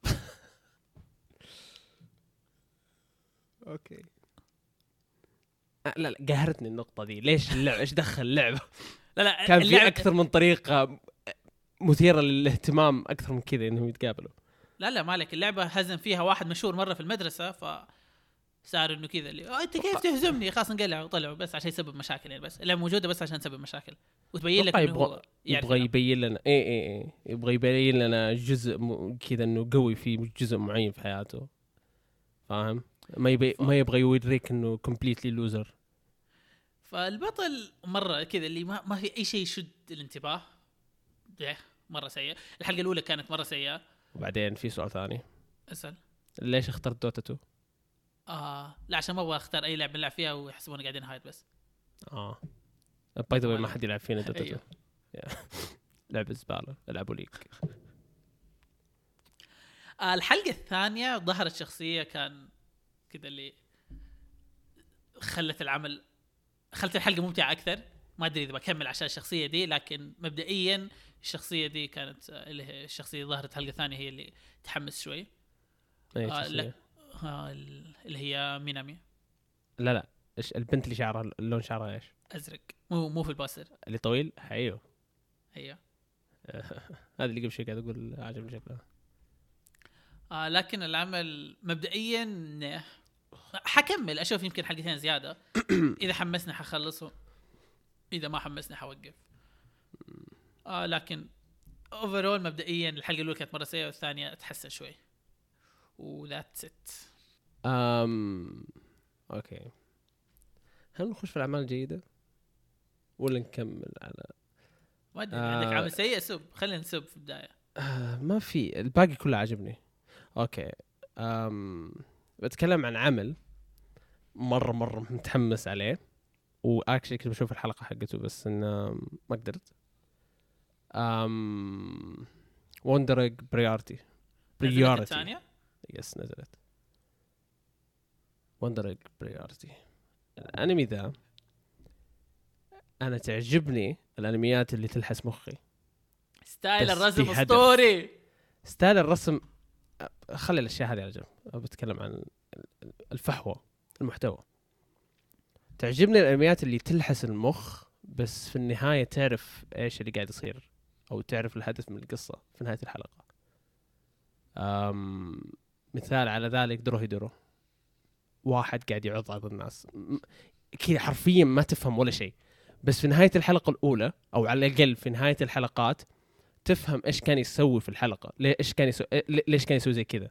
اوكي آه لا لا قهرتني النقطه دي. ليش اللعبه ايش دخل اللعبه؟ لا لا كان في اكثر من طريقه مثيره للاهتمام اكثر من كذا انهم يتقابلوا. لا لا مالك، اللعبه هزم فيها واحد مشهور مره في المدرسه، ف صار انه كذا اللي انت كيف تهزمني، خلاص نقلع وطلعوا بس عشان يسبب مشاكل. يعني بس اللعبه موجوده بس عشان تسبب مشاكل وتبين لك انه هو يبغى يبين لنا اي اي اي يبغى يبين لنا جزء م... كذا انه قوي في جزء معين في حياته، فاهم؟ ما يبي ف... ما يبغى يوريك انه كومبليتلي لوزر. فالبطل مره كذا اللي ما, ما في اي شيء يشد الانتباه، مره سيء. الحلقه الاولى كانت مره سيئه. وبعدين في سؤال ثاني اسال، ليش اخترت دوتا تو؟ آه لا عشان ما ابغى اختار اي لعبه نلعب فيها ويحسبون قاعدين هايد بس. اه باي ذا واي ما حد يلعب فينا دوتا تو. لعبه زباله العبوا ليك. آه الحلقه الثانيه ظهرت شخصيه كان كذا اللي خلت العمل خلت الحلقه ممتعه اكثر. ما ادري اذا بكمل عشان الشخصيه دي، لكن مبدئيا الشخصيه دي كانت اللي هي الشخصيه ظهرت الحلقه الثانيه هي اللي تحمس شوي. آه لا آه اللي هي مينامي. لا لا ايش البنت اللي شعرها اللون شعرها ايش؟ ازرق. مو مو في البوستر اللي طويل. ايوه هي هذا اللي قبل شوي قاعد اقول عجبني شكلها. آه لكن العمل مبدئيا حكمل اشوف يمكن حلقتين زياده. اذا حمسني حخلصه، اذا ما حمسني حوقف. آه لكن اوفرول مبدئيا الحلقه الاولى كانت مره سيئه والثانيه تحسن شوي وذاتس ات. امم اوكي هل نخش في الاعمال الجيده ولا نكمل على ما ادري؟ آه عندك عمل سيء سب، خلينا نسب في البدايه. آه ما في، الباقي كله عجبني. اوكي امم بتكلم عن عمل مره مره متحمس عليه، واكشلي كنت بشوف الحلقه حقته بس ان ما قدرت. امم وندرج بريارتي بريارتي الثانيه يس نزلت وندرج بريارتي. الانمي ذا انا تعجبني الانميات اللي تلحس مخي. ستايل الرسم اسطوري. ستايل الرسم خلي الاشياء هذه على جنب، بتكلم عن الفحوى المحتوى. تعجبني الانميات اللي تلحس المخ بس في النهايه تعرف ايش اللي قاعد يصير او تعرف الهدف من القصه في نهايه الحلقه. أم مثال على ذلك درو هيدرو، واحد قاعد يعض على الناس كذا حرفيا ما تفهم ولا شيء، بس في نهايه الحلقه الاولى او على الاقل في نهايه الحلقات تفهم ايش كان يسوي في الحلقه، ليش كان يسوي ليش كان يسوي زي كذا.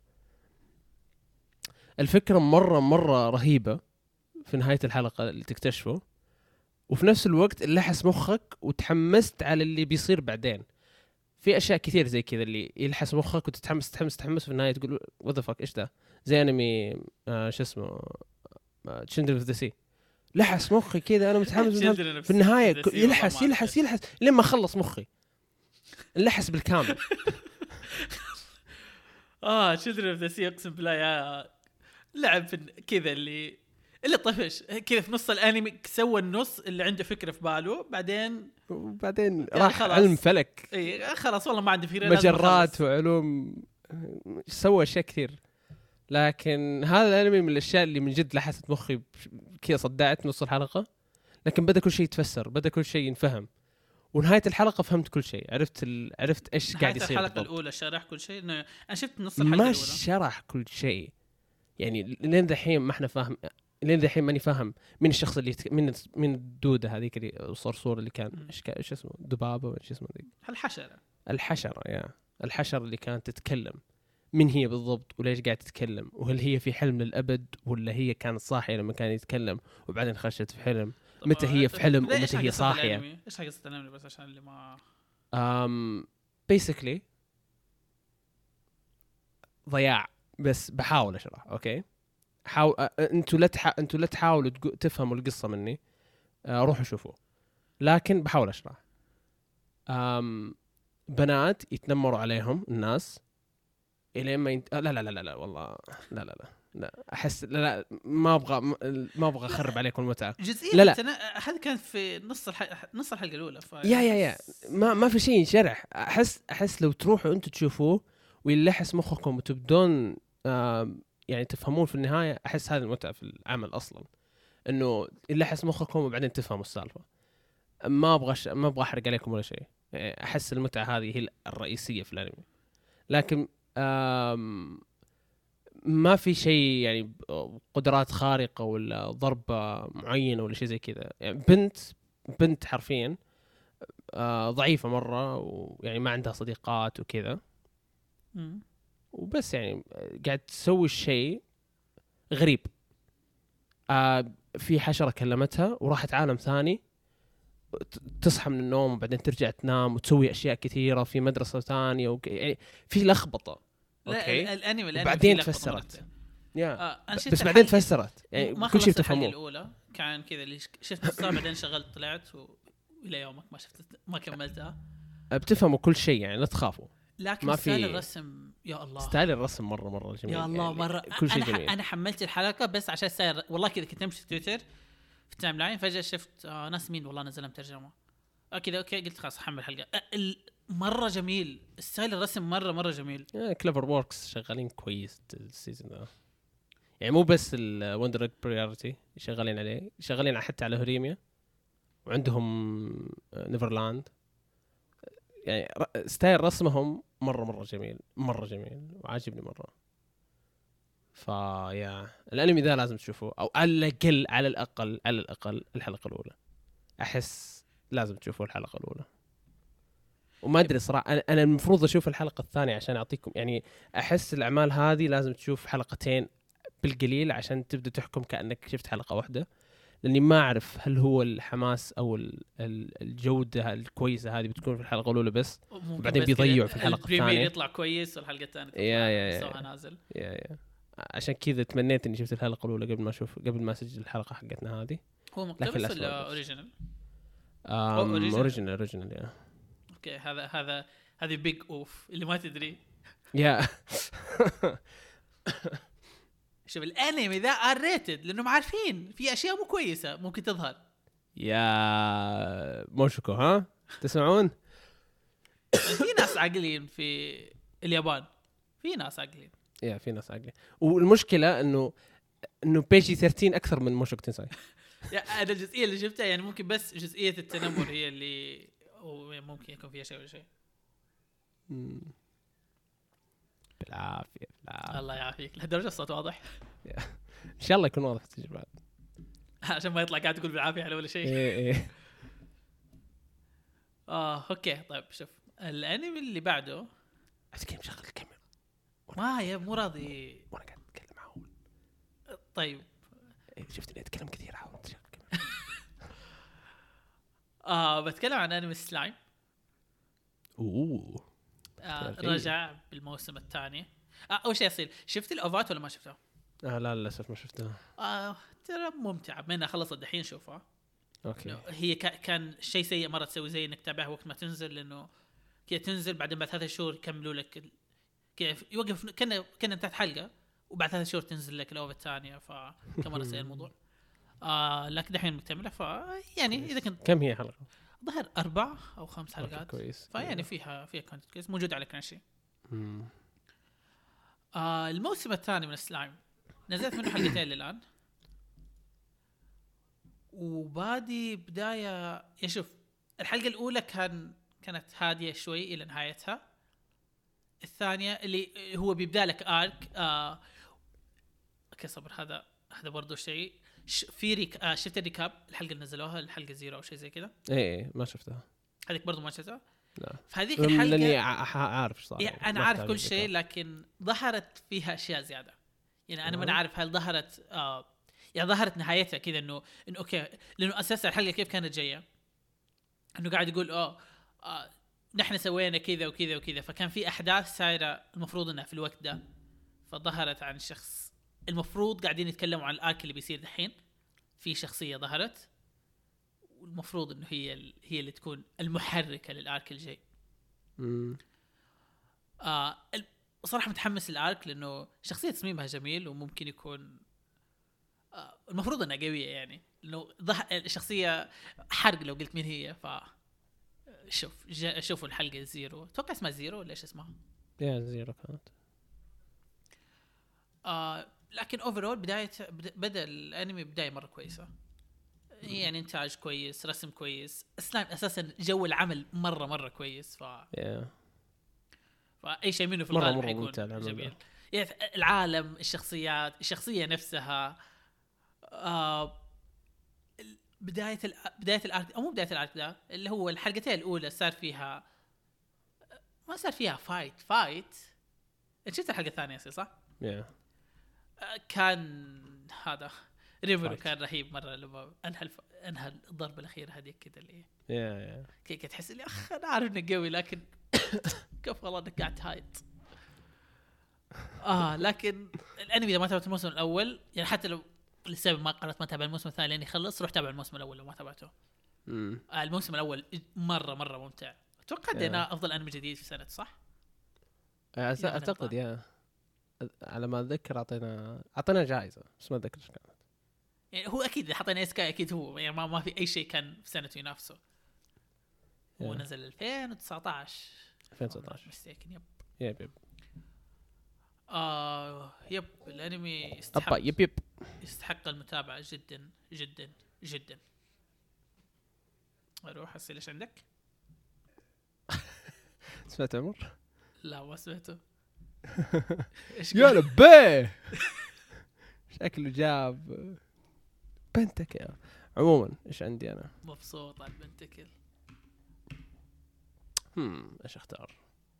الفكره مره مره رهيبه في نهايه الحلقه اللي تكتشفه، وفي نفس الوقت لحس مخك وتحمست على اللي بيصير بعدين. في اشياء كثير زي كذا اللي يلحس مخك وتتحمس تحمس تحمس في النهايه تقول وات ذا فك ايش ده، زي انمي آه شو اسمه تشندر اوف ذا سي. لحس مخي كذا انا متحمس في النهايه يلحس يلحس يلحس لما خلص مخي لحس بالكامل. اه تشندر اوف ذا سي اقسم بالله يا لعب كذا اللي اللي طفش كذا في نص الانمي، سوى النص اللي عنده فكره في باله، بعدين وبعدين راح علم فلك. اي خلاص والله ما عندي فكره، مجرات وعلوم، سوى اشياء كثير. لكن هذا الانمي من الاشياء اللي من جد لحست مخي كذا، صدعت نص الحلقه، لكن بدا كل شيء يتفسر، بدا كل شيء ينفهم، ونهايه الحلقه فهمت كل شيء، عرفت ال... عرفت ايش قاعد يصير. الحلقه بالضبط. الاولى شرح كل شيء، انا شفت نص الحلقه ما الاولى ما شرح كل شيء، يعني لين دحين ما احنا فاهم، لين دحين ماني فاهم مين الشخص اللي يتك... من من الدوده هذيك اللي الصرصور اللي كان ايش كا... ايش اسمه دبابه ولا ايش اسمه ذيك الحشره الحشره يا الحشره اللي كانت تتكلم، من هي بالضبط وليش قاعد تتكلم، وهل هي في حلم للأبد ولا هي كانت صاحية لما كان يتكلم وبعدين خشت في حلم، متى هي في حلم ومتى هي صاحية. ايش قصة الانمي بس عشان اللي ما um basically ضياع، بس بحاول اشرح. اوكي حاول انتوا لا تح... انتوا لا تحاولوا تقو... تفهموا القصه مني، آه روحوا شوفوا، لكن بحاول اشرح. أم... بنات يتنمروا عليهم الناس الين ما ينت... لا لا لا لا لا والله لا لا لا لا احس لا لا ما ابغى ما ابغى اخرب عليكم المتعه. جزئيه لا لا هذا كان في نص الح... نص الحلقه الاولى ف... يا يا يا ما ما في شيء ينشرح. احس احس لو تروحوا انتوا تشوفوه ويلحس مخكم وتبدون آه يعني تفهمون في النهايه، احس هذا المتعه في العمل اصلا، انه يلحس مخكم وبعدين تفهموا السالفه. ما ابغى ش... ما ابغى احرق عليكم ولا شيء. احس المتعه هذه هي الرئيسيه في الانمي، لكن آم... ما في شيء يعني قدرات خارقه ولا ضربه معينه ولا شيء زي كذا. يعني بنت بنت حرفيا آه ضعيفه مره، ويعني ما عندها صديقات وكذا، وبس يعني قاعد تسوي الشيء غريب. آه في حشره كلمتها وراحت عالم ثاني، تصحى من النوم وبعدين ترجع تنام وتسوي اشياء كثيره في مدرسه ثانيه وك... يعني في لخبطه. اوكي الانمي الانمي بعدين تفسرت يا آه بس بعدين تفسرت يعني كل شيء تفهموه. الاولى كان كذا اللي شفت نصها بعدين شغلت طلعت والى يومك ما شفت ما كملتها. بتفهموا كل شيء يعني لا تخافوا. لكن ستايل الرسم يا الله، ستايل الرسم مره مره جميل يا الله يعني مره. كل شيء أنا جميل. انا حملت الحلقه بس عشان ستايل. والله كذا كنت امشي في تويتر في التايم لاين فجاه شفت آه ناس مين والله نزلهم ترجمه كذا اوكي قلت خلاص احمل الحلقه. مره جميل ستايل الرسم مره مره جميل. كليفر ووركس شغالين كويس السيزون ده، يعني مو بس الوندر بريورتي شغالين عليه، شغالين حتى على هوريميا وعندهم نيفرلاند. يعني ستايل رسمهم مره مره جميل مره جميل وعاجبني مره. فيا الانمي ذا لازم تشوفوه، او على الاقل على الاقل على الاقل الحلقه الاولى. احس لازم تشوفوا الحلقه الاولى. وما ادري صراحه انا انا المفروض اشوف الحلقه الثانيه عشان اعطيكم، يعني احس الاعمال هذه لازم تشوف حلقتين بالقليل عشان تبدا تحكم كانك شفت حلقه واحده، لاني ما اعرف هل هو الحماس او الجوده الكويسه هذه بتكون في الحلقه الاولى بس وبعدين بيضيعوا في الحلقه الثانيه. البريمير يطلع كويس والحلقه الثانيه يا يا يا نازل يا يا عشان كذا تمنيت اني شفت الحلقه الاولى قبل ما اشوف قبل ما اسجل الحلقه حقتنا هذه. هو مقتبس ولا اوريجينال؟ اوريجينال اوريجينال يا اوكي. هذا هذا هذه بيج اوف اللي ما تدري يا شوف الانمي ذا ار ريتد لانهم عارفين في اشياء مو كويسه ممكن تظهر. يا موشكو ها تسمعون؟ في ناس عاقلين في اليابان، في ناس عاقلين يا في ناس عاقلين. والمشكله انه انه بيجي ثلاثة عشر اكثر من موشكو تنساي. يا انا الجزئيه اللي شفتها يعني ممكن بس جزئيه التنمر هي اللي ممكن يكون فيها شيء ولا شيء. بالعافيه بالعافيه الله يعافيك. لهالدرجه الصوت واضح؟ ان شاء الله يكون واضح تجي بعد عشان ما يطلع قاعد تقول بالعافيه على ولا شيء. ايه ايه اه اوكي طيب شوف الانمي اللي بعده اسكي مشغل الكاميرا ما يا مو راضي وانا قاعد اتكلم معه. طيب شفت اني اتكلم كثير حاول تشغل الكاميرا. اه بتكلم عن انمي سلايم. اوه آه رجع بالموسم الثاني. آه اول شيء يصير شفت الاوفات ولا ما شفتها؟ آه لا للاسف ما شفتها. آه ترى ممتعه منها خلصت الدحين شوفها. اوكي هي كان شيء سيء مره تسوي زي انك تتابعها وقت ما تنزل لانه كذا تنزل بعدين بعد ثلاثة شهور يكملوا لك كذا يوقف كنا كنا انتهت حلقه وبعد ثلاثة شهور تنزل لك الاوفه الثانيه فكم مره سيء الموضوع. آه لكن دحين مكتمله ف يعني اذا كنت كم هي حلقه؟ ظهر اربع او خمس حلقات كويس. فيعني فيها فيها كونتنت كويس موجود على كرانشي. آه الموسم الثاني من سلايم نزلت منه حلقتين للان وبادي بدايه يشوف. الحلقه الاولى كان كانت هاديه شوي الى نهايتها. الثانيه اللي هو بيبدا لك ارك آه اوكي صبر هذا هذا برضو شيء في ريك آه شفت الريكاب الحلقه اللي نزلوها الحلقه زيرو او شيء زي كذا. ايه ما شفتها هذيك برضو ما شفتها. لا فهذيك الحلقه لاني عارف صح يعني انا عارف كل شيء لكن ظهرت فيها اشياء زياده. يعني انا ما عارف هل ظهرت آه يعني ظهرت نهايتها كذا انه انه اوكي لانه اساسا الحلقه كيف كانت جايه انه قاعد يقول اه, آه نحن سوينا كذا وكذا وكذا، فكان في احداث سايره المفروض انها في الوقت ده، فظهرت عن شخص المفروض قاعدين يتكلموا عن الارك اللي بيصير دحين، في شخصيه ظهرت والمفروض انه هي هي اللي تكون المحركه للارك الجاي. امم آه صراحه متحمس للارك لانه شخصيه تصميمها جميل وممكن يكون آه المفروض انها قويه يعني، لانه ضح الشخصيه حرق لو قلت مين هي. ف شوف شوفوا الحلقه زيرو، اتوقع اسمها زيرو ولا ايش اسمها؟ يا زيرو كانت. آه لكن اوفرول بدايه بدا الانمي بدايه مره كويسه يعني، انتاج كويس، رسم كويس، اسلام اساسا جو العمل مره مره كويس. ف yeah. فاي شيء منه في الغالب حيكون جميل يعني. العالم، الشخصيات، الشخصيه نفسها، آه بدايه ال... بدايه الارك او مو بدايه الارك ده اللي هو الحلقتين الاولى صار فيها ما صار فيها فايت فايت انت شفت الحلقه الثانيه صح؟ yeah. آه كان هذا ريفرو كان رهيب مره لما انهى الف... انهى الضربه الاخيره هذيك كده اللي يا يا كيف تحس لي اخ انا عارف انك قوي لكن كيف والله انك قاعد هايت. اه لكن الانمي اذا ما تابعت الموسم الاول يعني، حتى لو لسبب ما قررت ما تابع الموسم الثاني لين يخلص، روح تابع الموسم الاول لو ما تابعته. امم آه الموسم الاول مره مره ممتع. اتوقع انه افضل انمي جديد في سنه صح؟ اعتقد يا على ما اتذكر اعطينا اعطينا جائزه بس ما اتذكر ايش كانت يعني. هو اكيد حطينا اسكاي اكيد هو يعني ما, ما في اي شيء كان في سنته ينافسه. هو yeah. نزل ألفين وتسعطعش ألفين وتسعطعش مستيكن. يب يب يب آه يب الانمي يستحق أبا يب يب يستحق المتابعه جدا جدا جدا. اروح اصل ايش عندك؟ سمعت عمر؟ لا ما سمعته. يا لبيه شكله جاب بنتك. عموما ايش عندي انا؟ مبسوط على البنتكل. هم ايش اختار؟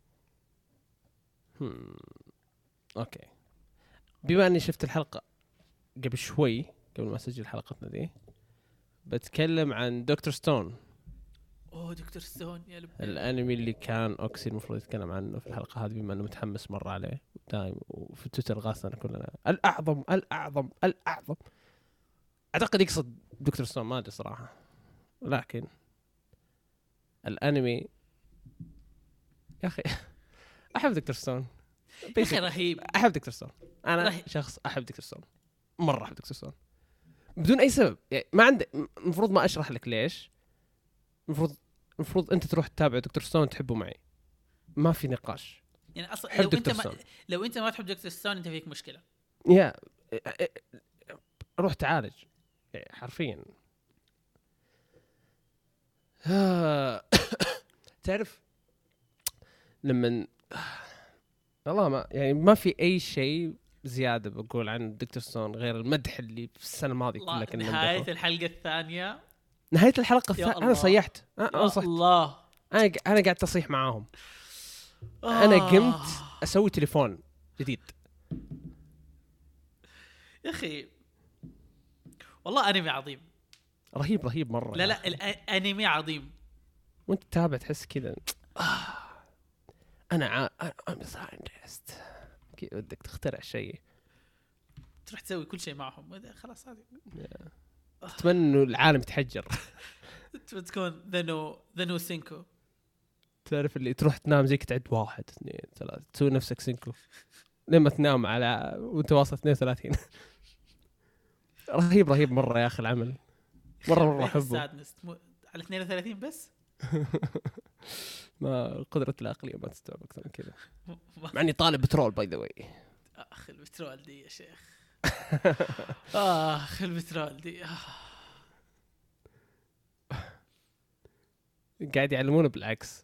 هم اوكي، بما اني شفت الحلقه قبل شوي قبل ما اسجل حلقتنا دي، بتكلم عن دكتور ستون. اوه دكتور ستون يا لبيه، الانمي اللي كان اوكسي المفروض يتكلم عنه في الحلقه هذه، بما انه متحمس مره عليه دائم وفي تويتر غاصنا كلنا الاعظم الاعظم الاعظم. اعتقد يقصد دكتور ستون ما ادري صراحه، لكن الانمي يا اخي احب دكتور ستون يا اخي رهيب. احب دكتور ستون انا رهيب. شخص احب دكتور ستون مره، احب دكتور ستون بدون اي سبب يعني. ما عندي المفروض ما اشرح لك ليش، المفروض المفروض انت تروح تتابع دكتور ستون تحبه معي، ما في نقاش يعني. اصلا لو انت ما لو انت ما تحب دكتور ستون انت فيك مشكله يا روح تعالج حرفيا. تعرف لما والله ما يعني ما في اي شيء زياده بقول عن دكتور ستون غير المدح اللي في السنه الماضيه كلها كنا نهايه الحلقه الثانيه نهايه الحلقه الثانيه انا صيحت انا صحت الله انا انا قاعد تصيح معاهم. آه. انا قمت اسوي تليفون جديد يا اخي والله انمي عظيم رهيب رهيب مره. لا لا الانمي عظيم وانت تتابع تحس كذا انا ع... I'm a scientist كذا بدك تخترع شيء تروح تسوي كل شيء معهم خلاص. هذه اتمنى انه العالم يتحجر تكون ذنو ذنو سينكو. تعرف اللي تروح تنام زيك تعد واحد اثنين ثلاثة تسوي نفسك سينكو لما تنام على وانت واصل اثنين وثلاثين. رهيب رهيب مرة يا اخي العمل مرة مرة احبه. على اثنين وثلاثين بس ما قدرة العقلية ما تستوعب اكثر من كذا. مع اني طالب بترول باي ذا واي. اخ البترول دي يا شيخ اخ البترول دي قاعد يعلمونه بالعكس.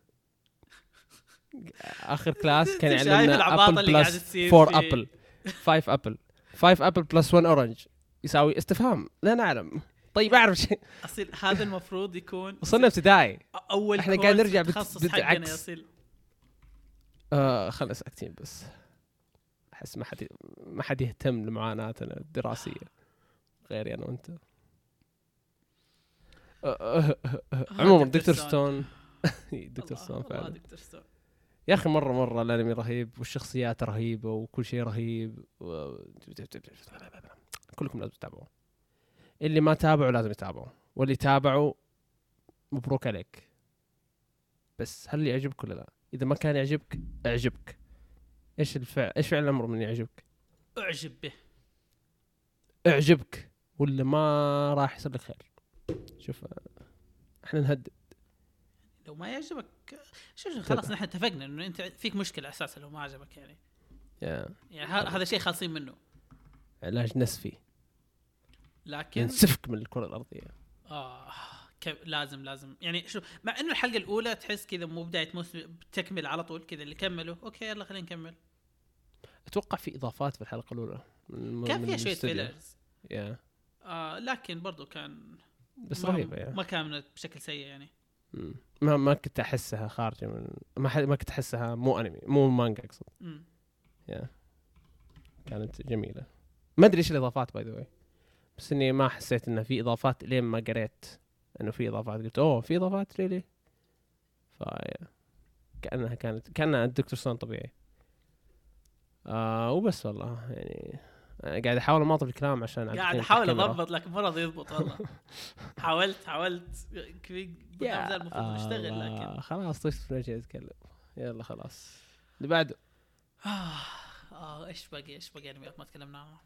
اخر كلاس كان يعلمنا ابل بلس فور ابل فايف ابل فايف ابل بلس ون اورنج يساوي استفهام لا نعلم. طيب اعرف شيء اصيل هذا المفروض يكون وصلنا ابتدائي اول احنا قاعد نرجع بالعكس. آه خلص اكتين بس احس ما حد ما حد يهتم لمعاناتنا الدراسيه غيري انا وانت. عموما دكتور ستون دكتور ستون فعلا. دكتور ستون يا اخي مره مره الانمي رهيب والشخصيات رهيبه وكل شيء رهيب و... كلكم لازم تتابعوا. اللي ما تابعوا لازم يتابعوا، واللي تابعوا مبروك عليك. بس هل يعجبك ولا لا؟ اذا ما كان يعجبك اعجبك. ايش الفعل ايش فعل الامر من يعجبك؟ اعجب به. اعجبك ولا ما راح يصير لك خير. شوف احنا نهدد. لو ما يعجبك شو خلاص نحن اتفقنا انه انت فيك مشكله اساسا لو ما عجبك يعني. yeah. يعني هذا شيء خالصين منه. علاج نسفي. لكن ينسفك من الكره الارضيه. اه ك... لازم لازم يعني شو مع انه الحلقه الاولى تحس كذا مو بدايه موسم بتكمل على طول كذا اللي كملوا اوكي يلا خلينا نكمل. اتوقع في اضافات في الحلقه الاولى من كان فيها شويه فيلرز يا yeah. آه لكن برضو كان بس رهيبه يعني. ما كانت بشكل سيء يعني. مم. ما ما كنت احسها خارجه من ما ح... ما كنت احسها مو انمي مو مانجا اقصد. يا yeah. كانت جميله. ما ادري ايش الاضافات باي ذا واي، بس اني ما حسيت انه في اضافات لين ما قريت انه في اضافات. قلت اوه في اضافات ليه ليه ف كانها كانت كانها الدكتور ستون طبيعي. آه وبس والله يعني قاعد احاول اماطل الكلام عشان قاعد احاول اضبط لكن ما راضي يضبط والله. حاولت حاولت يا المفروض نشتغل لكن خلاص طيش نرجع نتكلم. يلا خلاص اللي بعده. اه اه ايش باقي ايش باقي انميات ما تكلمنا عنها.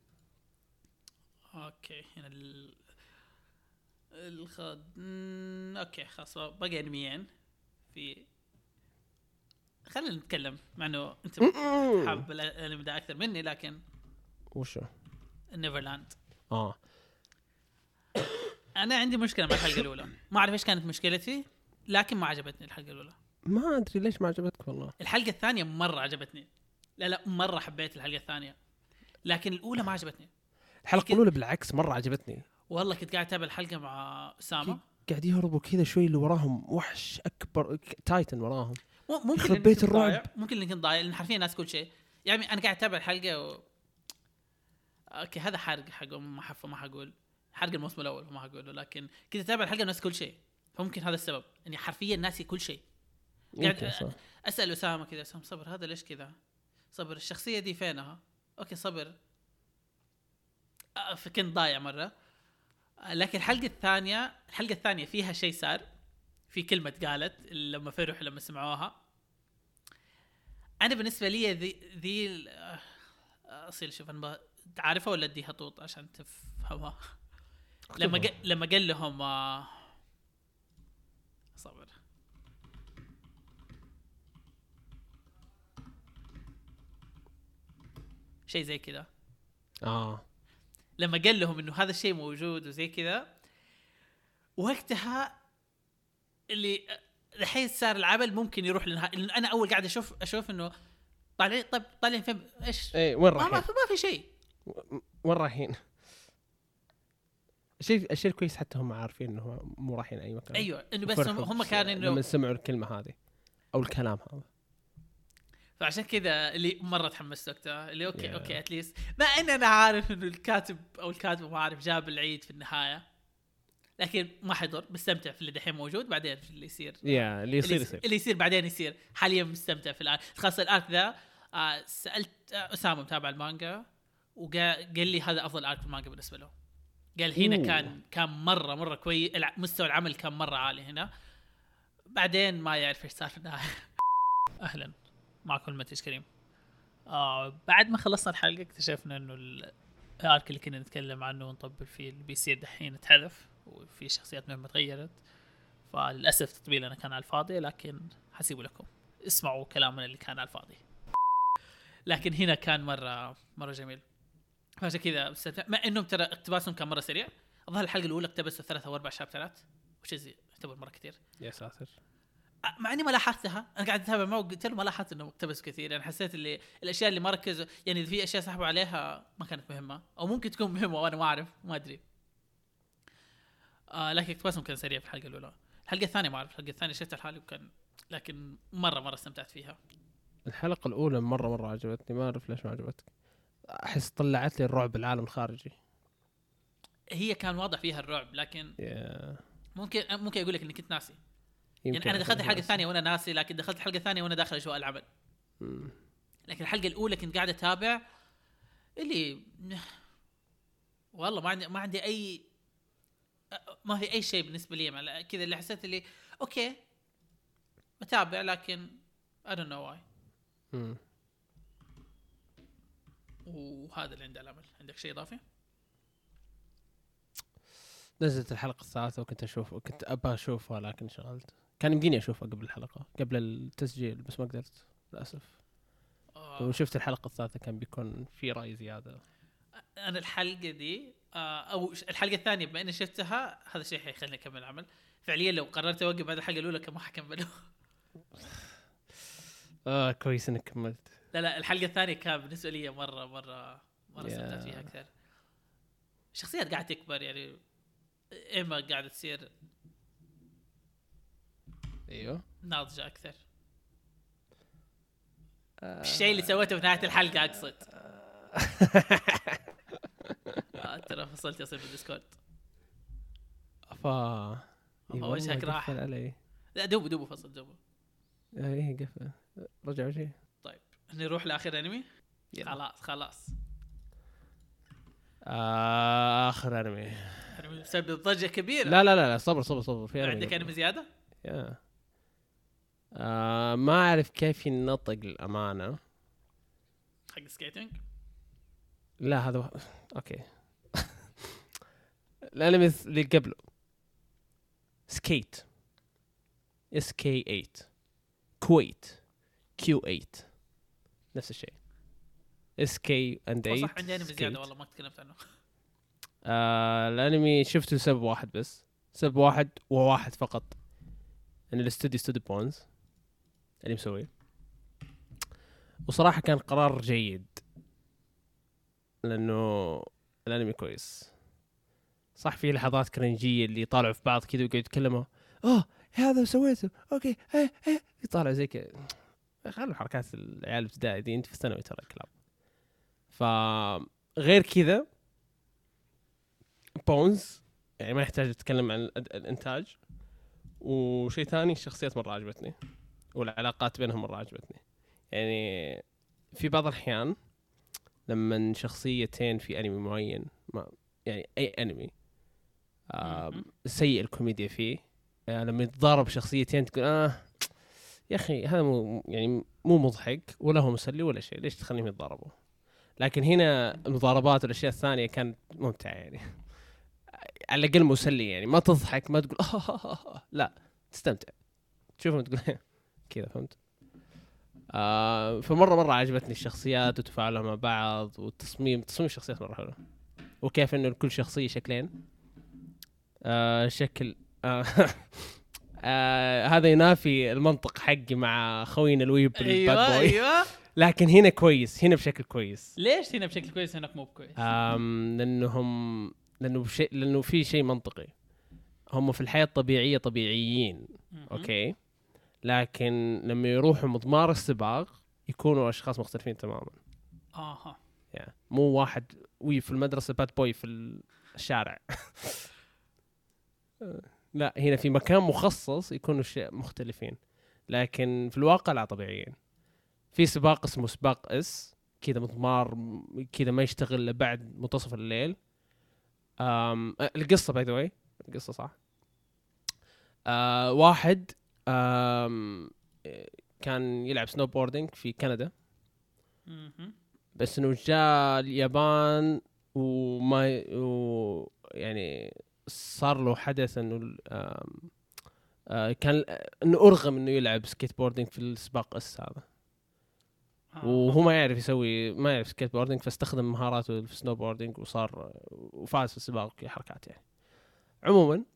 اوكي هنا ال الخد م... اوكي خلاص باقي انميين في. خلينا نتكلم مع انه انت حابب الانمي ده اكثر مني لكن وشو نيفرلاند. اه انا عندي مشكله مع الحلقه الاولى ما اعرف ايش كانت مشكلتي لكن ما عجبتني الحلقه الاولى. ما ادري ليش ما عجبتك والله. الحلقه الثانيه مره عجبتني. لا لا مره حبيت الحلقه الثانيه لكن الاولى ما عجبتني. الحلقه الاولى بالعكس مره عجبتني والله. كنت قاعد اتابع الحلقه مع اسامه قاعد يهربوا كذا شوي اللي وراهم وحش اكبر تايتن وراهم. ممكن بيت الرعب ممكن اللي كنت ضايع لان حرفيا الناس كل شيء يعني. انا قاعد اتابع الحلقه و... اوكي هذا حرق حقه ما حف ما حقول حرق الموسم الاول ما حقوله لكن كنت اتابع الحلقه الناس كل شيء فممكن هذا السبب اني حرفيا ناسي كل شيء. قاعد اسال اسامه كذا اسامه صبر هذا ليش كذا صبر الشخصيه دي فينها اوكي صبر فكنت ضايع مره. لكن الحلقه الثانيه الحلقه الثانيه فيها شيء صار في كلمه قالت لما فرحوا لما سمعوها. انا بالنسبه لي ذي ذي اصيل شوف انا تعرفها ولا اديها طوط عشان تفهمها. لما ج... لما قال لهم آه... صبر شيء زي كذا اه لما قال لهم انه هذا الشيء موجود وزي كذا وقتها اللي الحين صار العمل ممكن يروح لنها. انا اول قاعد اشوف اشوف انه طالعين طيب طالعين فين ايش ايه وين رايحين ما, ما في شيء وين رايحين. الشيء الشيء كويس حتى هم عارفين انه مو رايحين اي مكان. ايوه انه بس هم كانوا انه لما سمعوا الكلمه هذه او الكلام هذا فعشان كذا اللي مره تحمست وقتها اللي اوكي yeah. اوكي اتليست مع ان انا عارف انه الكاتب او الكاتب ما عارف جاب العيد في النهايه لكن ما حيضر بستمتع في اللي دحين موجود بعدين في اللي يصير يا yeah, اللي يصير يصير اللي يصير بعدين يصير. حاليا مستمتع في الان خاصه الارك ذا. آه سالت اسامه متابع المانجا وقال لي هذا افضل ارك في المانجا بالنسبه له. قال هنا أوه. كان كان مره مره كويس مستوى العمل كان مره عالي هنا. بعدين ما يعرف ايش صار في النهايه. اهلا معكم المتيش كريم. آه بعد ما خلصنا الحلقه اكتشفنا انه الارك اللي كنا نتكلم عنه ونطبل فيه اللي بيصير دحين اتحذف وفي شخصيات مهمه تغيرت فللاسف تطبيلنا كان على الفاضي لكن حسيبه لكم اسمعوا كلامنا اللي كان على الفاضي. لكن هنا كان مره مره جميل فعشان كذا مع انهم ترى اقتباسهم كان مره سريع. الظاهر الحلقه الاولى اقتبسوا ثلاثة او اربع شابترات وش زي يعتبر مره كثير يا ساتر. مع اني ما لاحظتها انا قاعد اتابع معه قلت له ما لاحظت انه مقتبس كثير. يعني حسيت اللي الاشياء اللي ما ركزوا يعني في اشياء سحبوا عليها ما كانت مهمه او ممكن تكون مهمه وانا ما اعرف ما ادري. آه لكن اقتباسهم كان سريع في الحلقه الاولى. الحلقه الثانيه ما اعرف الحلقه الثانيه شفتها الحالي وكان لكن مره مره استمتعت فيها. الحلقه الاولى مره مره عجبتني ما اعرف ليش ما عجبتك. احس طلعت لي الرعب العالم الخارجي. هي كان واضح فيها الرعب لكن yeah. ممكن ممكن اقول لك اني كنت ناسي يعني انا دخلت الحلقه الثانيه وانا ناسي، لكن دخلت الحلقه الثانيه وانا داخل اجواء العمل. مم. لكن الحلقه الاولى كنت قاعد اتابع اللي والله ما عندي ما عندي اي ما في اي شيء بالنسبه لي كذا، اللي حسيت اللي اوكي متابع لكن I don't know why. مم. وهذا اللي عندي العمل. عندك شيء اضافي؟ نزلت الحلقه الثالثه وكنت اشوف كنت ابغى اشوفها لكن شغلت، كان يمديني اشوفها قبل الحلقه قبل التسجيل بس ما قدرت للاسف. آه. وشفت الحلقه الثالثه كان بيكون في راي زياده. انا الحلقه دي آه او الحلقه الثانيه بما اني شفتها هذا الشيء حيخليني اكمل العمل فعليا. لو قررت اوقف بعد الحلقه الاولى كم راح اكمله. اه كويس انك كملت. لا لا الحلقه الثانيه كان بالنسبه لي مره مره مره استمتعت فيها اكثر. الشخصيات قاعده تكبر يعني، ايما قاعده تصير ايوه ناضجه اكثر. آه الشيء اللي سويته في نهايه الحلقه اقصد. آه ترى فصلت يصير بالديسكورد. افا وجهك راح. لا دوبه دوبه فصل دوبه. ايه قفل رجع وجهي. طيب نروح لاخر انمي. خلاص خلاص آه اخر انمي انمي بسبب ضجه كبيره. لا لا لا صبر صبر صبر في انمي عندك انمي زياده؟ يا آه ما اعرف كيف ينطق الامانه. حق سكيتنج؟ لا هذا اوكي. الانمي اللي قبله سكيت اس كي ثمانية كويت كيو ثمانية نفس الشيء اس كي اند ثمانية. صح عندي انمي زياده والله ما تكلمت عنه. آه الانمي شفته سبب واحد بس، سبب واحد وواحد فقط، ان الاستوديو استوديو بونز اللي مسويه. وصراحه كان قرار جيد لانه الانمي كويس. صح في لحظات كرنجيه اللي يطالعوا في بعض كذا ويقعدوا يتكلموا اه هذا سويته اوكي ايه ايه يطالع زي كذا. خلوا حركات العيال الابتدائي دي، انت في الثانوي ترى الكلام. فغير كذا بونز يعني ما يحتاج اتكلم عن الانتاج. وشيء ثاني الشخصيات مره عجبتني والعلاقات بينهم مره عجبتني. يعني في بعض الاحيان لما شخصيتين في انمي معين ما يعني اي انمي سيء الكوميديا فيه، يعني لما يتضارب شخصيتين تقول اه يا اخي هذا مو يعني مو مضحك ولا هو مسلي ولا شيء، ليش تخليهم يتضاربوا؟ لكن هنا المضاربات والاشياء الثانيه كانت ممتعه يعني على الاقل مسلي، يعني ما تضحك ما تقول آه آه آه آه. لا تستمتع تشوفهم تقول كذا فهمت. آه فمره مره عجبتني الشخصيات وتفاعلها مع بعض والتصميم تصميم الشخصيات مره حلو. وكيف انه كل شخصيه شكلين آه شكل آه آه هذا ينافي المنطق حقي مع خوينا الويب الباد بوي. ايوه لكن هنا كويس، هنا بشكل كويس. ليش هنا بشكل كويس هناك مو بكويس؟ آم لانهم لانه بشيء لانه في شيء منطقي. هم في الحياه الطبيعيه طبيعيين اوكي، لكن لما يروحوا مضمار السباق يكونوا اشخاص مختلفين تماما. اها يعني مو واحد وي في المدرسه باد بوي في الشارع. لا هنا في مكان مخصص يكونوا شيء مختلفين، لكن في الواقع لا طبيعيين. في سباق اسمه سباق اس كذا مضمار كذا ما يشتغل الا بعد منتصف الليل. أم القصه باي ذا واي القصه صح. أه واحد أم كان يلعب سنو بوردينج في كندا، بس انه جاء اليابان وما و يعني صار له حدث انه آه كان انه ارغم انه يلعب سكيت بوردينج في السباق اس هذا. آه. وهو ما يعرف يسوي ما يعرف سكيت بوردينج، فاستخدم مهاراته في السنو بوردينج وصار وفاز في السباق في حركات. يعني عموما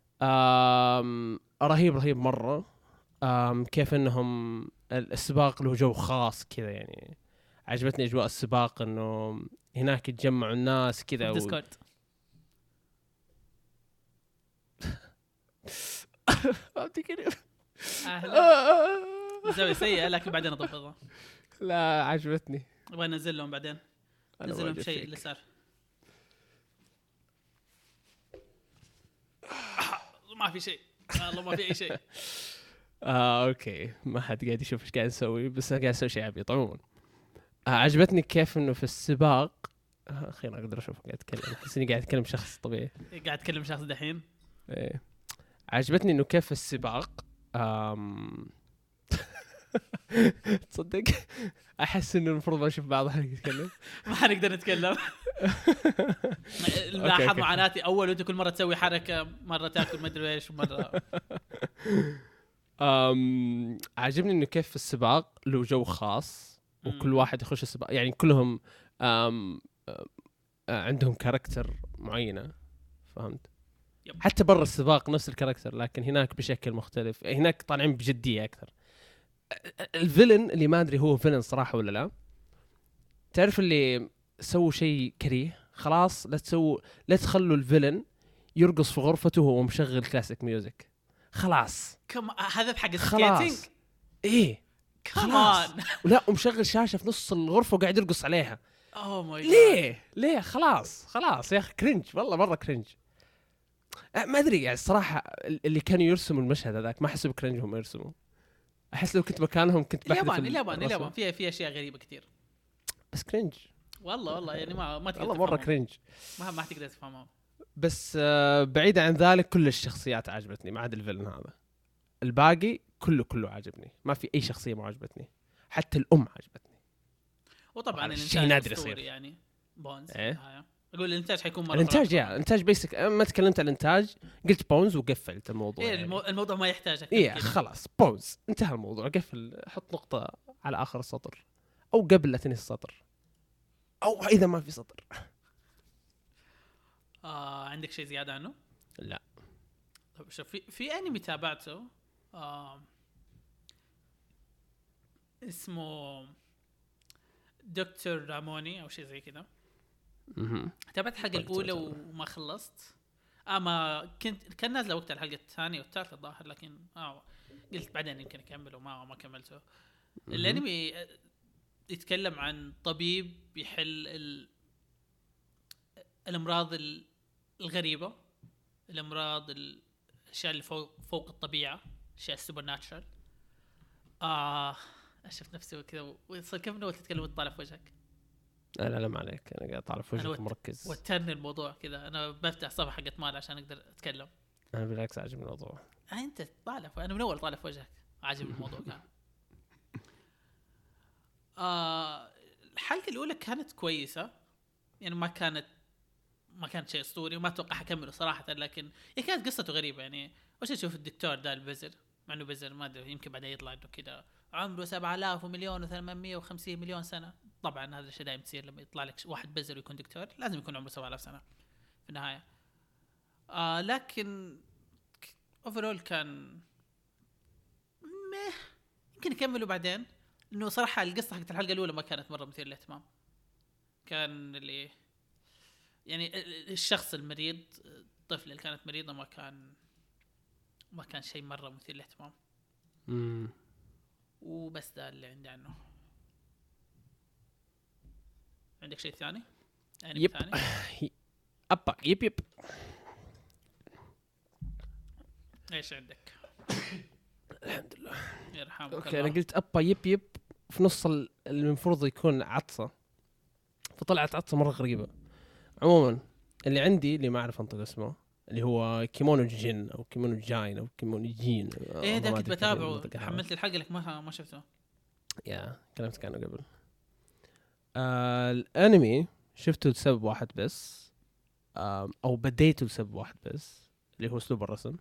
رهيب رهيب مره. كيف انهم السباق له جو خاص كذا، يعني عجبتني اجواء السباق انه هناك يتجمعوا الناس كذا و... ديسكورد. أنتي كده زاوية سيئة لكن بعدين أضبطها. لا عجبتني، أبغى أنزل لهم بعدين أنزل لهم شيء اللي صار. ما في شيء والله ما في أي شيء. آه أوكي، ما حد قاعد يشوف إيش قاعد نسوي، بس أنا قاعد أسوي شيء عبيط عموما. آه عجبتني كيف إنه في السباق آه أخيرا أقدر أشوف قاعد أتكلم، أحس إني قاعد أتكلم شخص طبيعي. قاعد أتكلم شخص دحين. إيه عجبتني إنه كيف في السباق آم... تصدق أحس إنه المفروض ما نشوف بعض نتكلم. ما حنقدر نتكلم. لاحظ معاناتي أول وأنت كل مرة تسوي حركة، مرة تأكل ما أدري إيش ومرة. أم... عجبني إنه كيف في السباق له جو خاص وكل واحد يخش السباق، يعني كلهم أم... أم... عندهم كاركتر معينة، فهمت؟ يب. حتى برا السباق نفس الكاركتر، لكن هناك بشكل مختلف. هناك طالعين بجدية أكثر. الفيلن اللي ما أدري هو فيلن صراحة ولا لا، تعرف اللي سووا شيء كريه، خلاص لا تسووا، لا تخلوا الفيلن يرقص في غرفته وهو مشغل كلاسيك ميوزك. خلاص كم هذا بحق السكيتينج. ايه كمان ولا ومشغل شاشة في نص الغرفة وقاعد يرقص عليها. اوه ماي ليه ليه خلاص خلاص يا اخي كرنج والله مرة كرنج. أه ما ادري يعني الصراحة اللي كانوا يرسموا المشهد هذاك ما حسوا بكرنج هم يرسموا. احس لو كنت مكانهم كنت بحذف اليابان اليابان اليابان فيها فيها اشياء غريبة كثير بس كرنج والله والله يعني ما ما تقدر والله مرة كرنج ما ما تقدر تفهمها. بس آه بعيد عن ذلك كل الشخصيات عجبتني ما عدا الفيلن هذا. الباقي كله كله عجبني، ما في اي شخصية ما عجبتني، حتى الام عجبتني. وطبعا الانتاج نادر يصير يعني بونز إيه؟ اقول الانتاج حيكون مره الانتاج يا الانتاج بيسك. ما تكلمت عن الانتاج قلت بونز وقفلت الموضوع. إيه يعني. المو... الموضوع ما يحتاج اكثر إيه خلاص بونز انتهى الموضوع، قفل، حط نقطة على اخر السطر او قبل لا تنهي السطر او اذا ما في سطر. آه عندك شيء زيادة عنه؟ لا طيب شوف في في انمي تابعته آه اسمه دكتور راموني او شيء زي كذا. تابعت الحلقة الأولى وما خلصت. أما كنت كان نازل وقت الحلقة الثانية والثالثة الظاهر، لكن آه قلت بعدين يمكن أكمله وما ما كملته. الأنمي يتكلم عن طبيب يحل ال... الأمراض الغريبة، الأمراض الأشياء اللي فوق فوق الطبيعة، أشياء السوبر ناتشرال. آه شفت نفسي كذا وصل كم نوع تتكلم وتطالع في وجهك. لا لا ما عليك، انا قاعد اطالع في وجهك مركز. وترني الموضوع كذا، انا بفتح صفحه حقت مال عشان اقدر اتكلم. انا بالعكس عاجبني الموضوع. آه انت طالع، انا من اول طالع في وجهك عاجبني الموضوع كان. آه الحلقه الاولى كانت كويسه، يعني ما كانت ما كانت شيء اسطوري وما اتوقع حكمله صراحه، لكن هي كانت قصته غريبه. يعني وش اشوف الدكتور ده البزر، مع انه بزر ما ادري يمكن بعدين يطلع انه كذا عمره سبعة آلاف ومليون وثمانمية وخمسين مليون سنه. طبعا هذا الشيء دائما يصير لما يطلع لك واحد بزر ويكون دكتور، لازم يكون عمره سبعة آلاف سنه في النهايه. آه لكن اوفرول كان مه يمكن يكملوا بعدين، انه صراحه القصه حقت الحلقه الاولى ما كانت مره مثير للاهتمام. كان اللي يعني الشخص المريض، الطفل اللي كانت مريضه ما كان ما كان شيء مره مثير للاهتمام. امم وبس ده اللي عندي عنه. عندك شيء ثاني؟ يعني يب ثاني؟ ابا يب يب ايش عندك؟ الحمد لله يرحمك. اوكي الله. انا قلت ابا يب يب في نص المفروض يكون عطسه، فطلعت عطسه مره غريبه. عموما اللي عندي اللي ما اعرف انطق اسمه اللي هو كيمونو جين او كيمونو جاين او كيمونو جين. ايه ده كنت بتابعه، حملت الحلقه لك ما ما شفته. يا كلمتك عنه قبل. آه الانمي شفته لسبب واحد بس، آه او بديته لسبب واحد بس اللي هو اسلوب الرسم.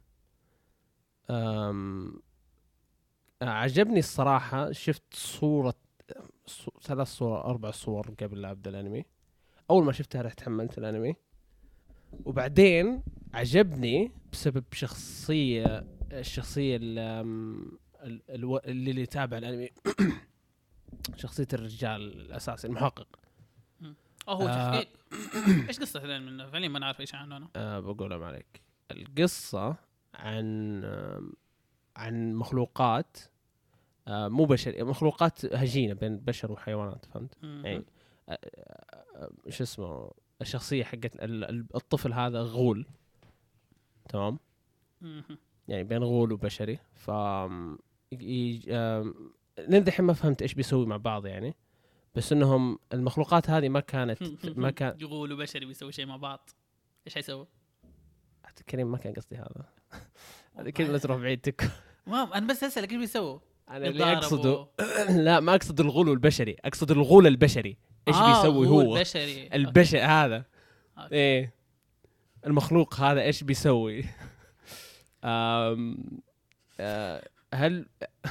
آه عجبني الصراحه. شفت صوره ثلاث صور اربع صور قبل لا ابدا الانمي. اول ما شفتها رحت حملت الانمي، وبعدين عجبني بسبب شخصيه الشخصيه اللي, اللي يتابع الانمي شخصيه الرجال الاساسي المحقق. اه هو تحقيق. ايش قصه الانمي منه فعليا ما نعرف ايش عنه انا. أه بقولها ما عليك. القصه عن عن مخلوقات أه مو بشر، مخلوقات هجينه بين بشر وحيوانات، فهمت؟ يعني ايش اسمه الشخصيه حقت الطفل هذا غول، تمام؟ يعني بين غول وبشري. ف لين دحين ما فهمت ايش بيسوي مع بعض يعني، بس انهم المخلوقات هذه ما كانت ما كان يقولوا بشري بيسوي شيء مع بعض، ايش حيسوي؟ كريم ما كان قصدي هذا هذه كلمه تروح بعيد تك ما انا بس اسالك ايش بيسووا. انا اللي اقصده لا ما اقصد الغول البشري، اقصد الغول البشري ايش آه بيسوي هو البشري البشر هذا أوكي. ايه المخلوق هذا ايش بيسوي؟ أم... أه هل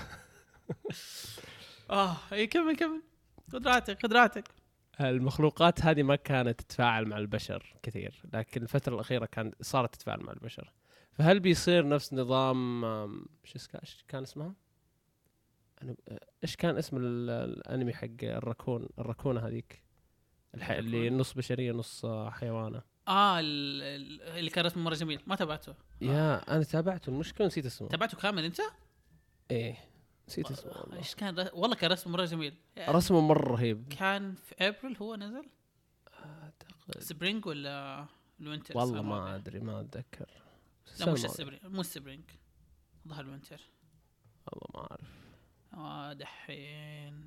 اه اي كمل كمل خذ راحتك خذ راحتك. المخلوقات هذه ما كانت تتفاعل مع البشر كثير، لكن الفترة الأخيرة كان صارت تتفاعل مع البشر. فهل بيصير نفس نظام ايش كان اسمها؟ أنا ايش كان اسم الانمي حق الراكون الراكونة هذيك الح... اللي نص بشرية نص حيوانة؟ اه اللي كان رسمه مرة جميل، ما تابعته. يا آه. انا تابعته، المشكلة نسيت اسمه. تابعته كامل انت؟ ايه نسيت اسمه. ايش كان ر... والله كان رسمه مرة جميل يعني رسمه مرة رهيب. كان في ابريل هو نزل اعتقد سبرينج ولا الوينتر؟ والله ما ادري ما اتذكر. لا مش السبرينج مو السبرينج ظهر الوينتر والله ما اعرف. اه دحين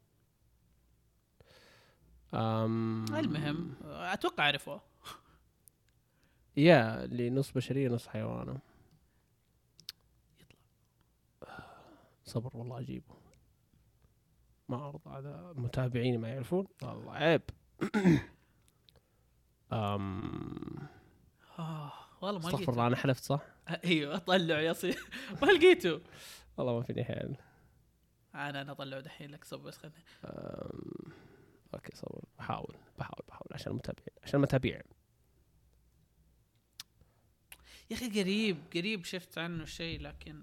أم... المهم اتوقع عرفه. يا اللي نص بشرية نص حيوانة. يطلع صبر والله اجيبه، ما ارضى على متابعيني ما يعرفون والله عيب. أم... آه والله ما استغفر الله انا حلفت صح. ايوه اطلع يا صي ما لقيته والله ما فيني حيل. انا انا اطلعه دحين لك صب بس خلني أم... اوكي صبر بحاول بحاول بحاول عشان المتابعين عشان المتابعين. يا اخي قريب قريب شفت عنه شيء لكن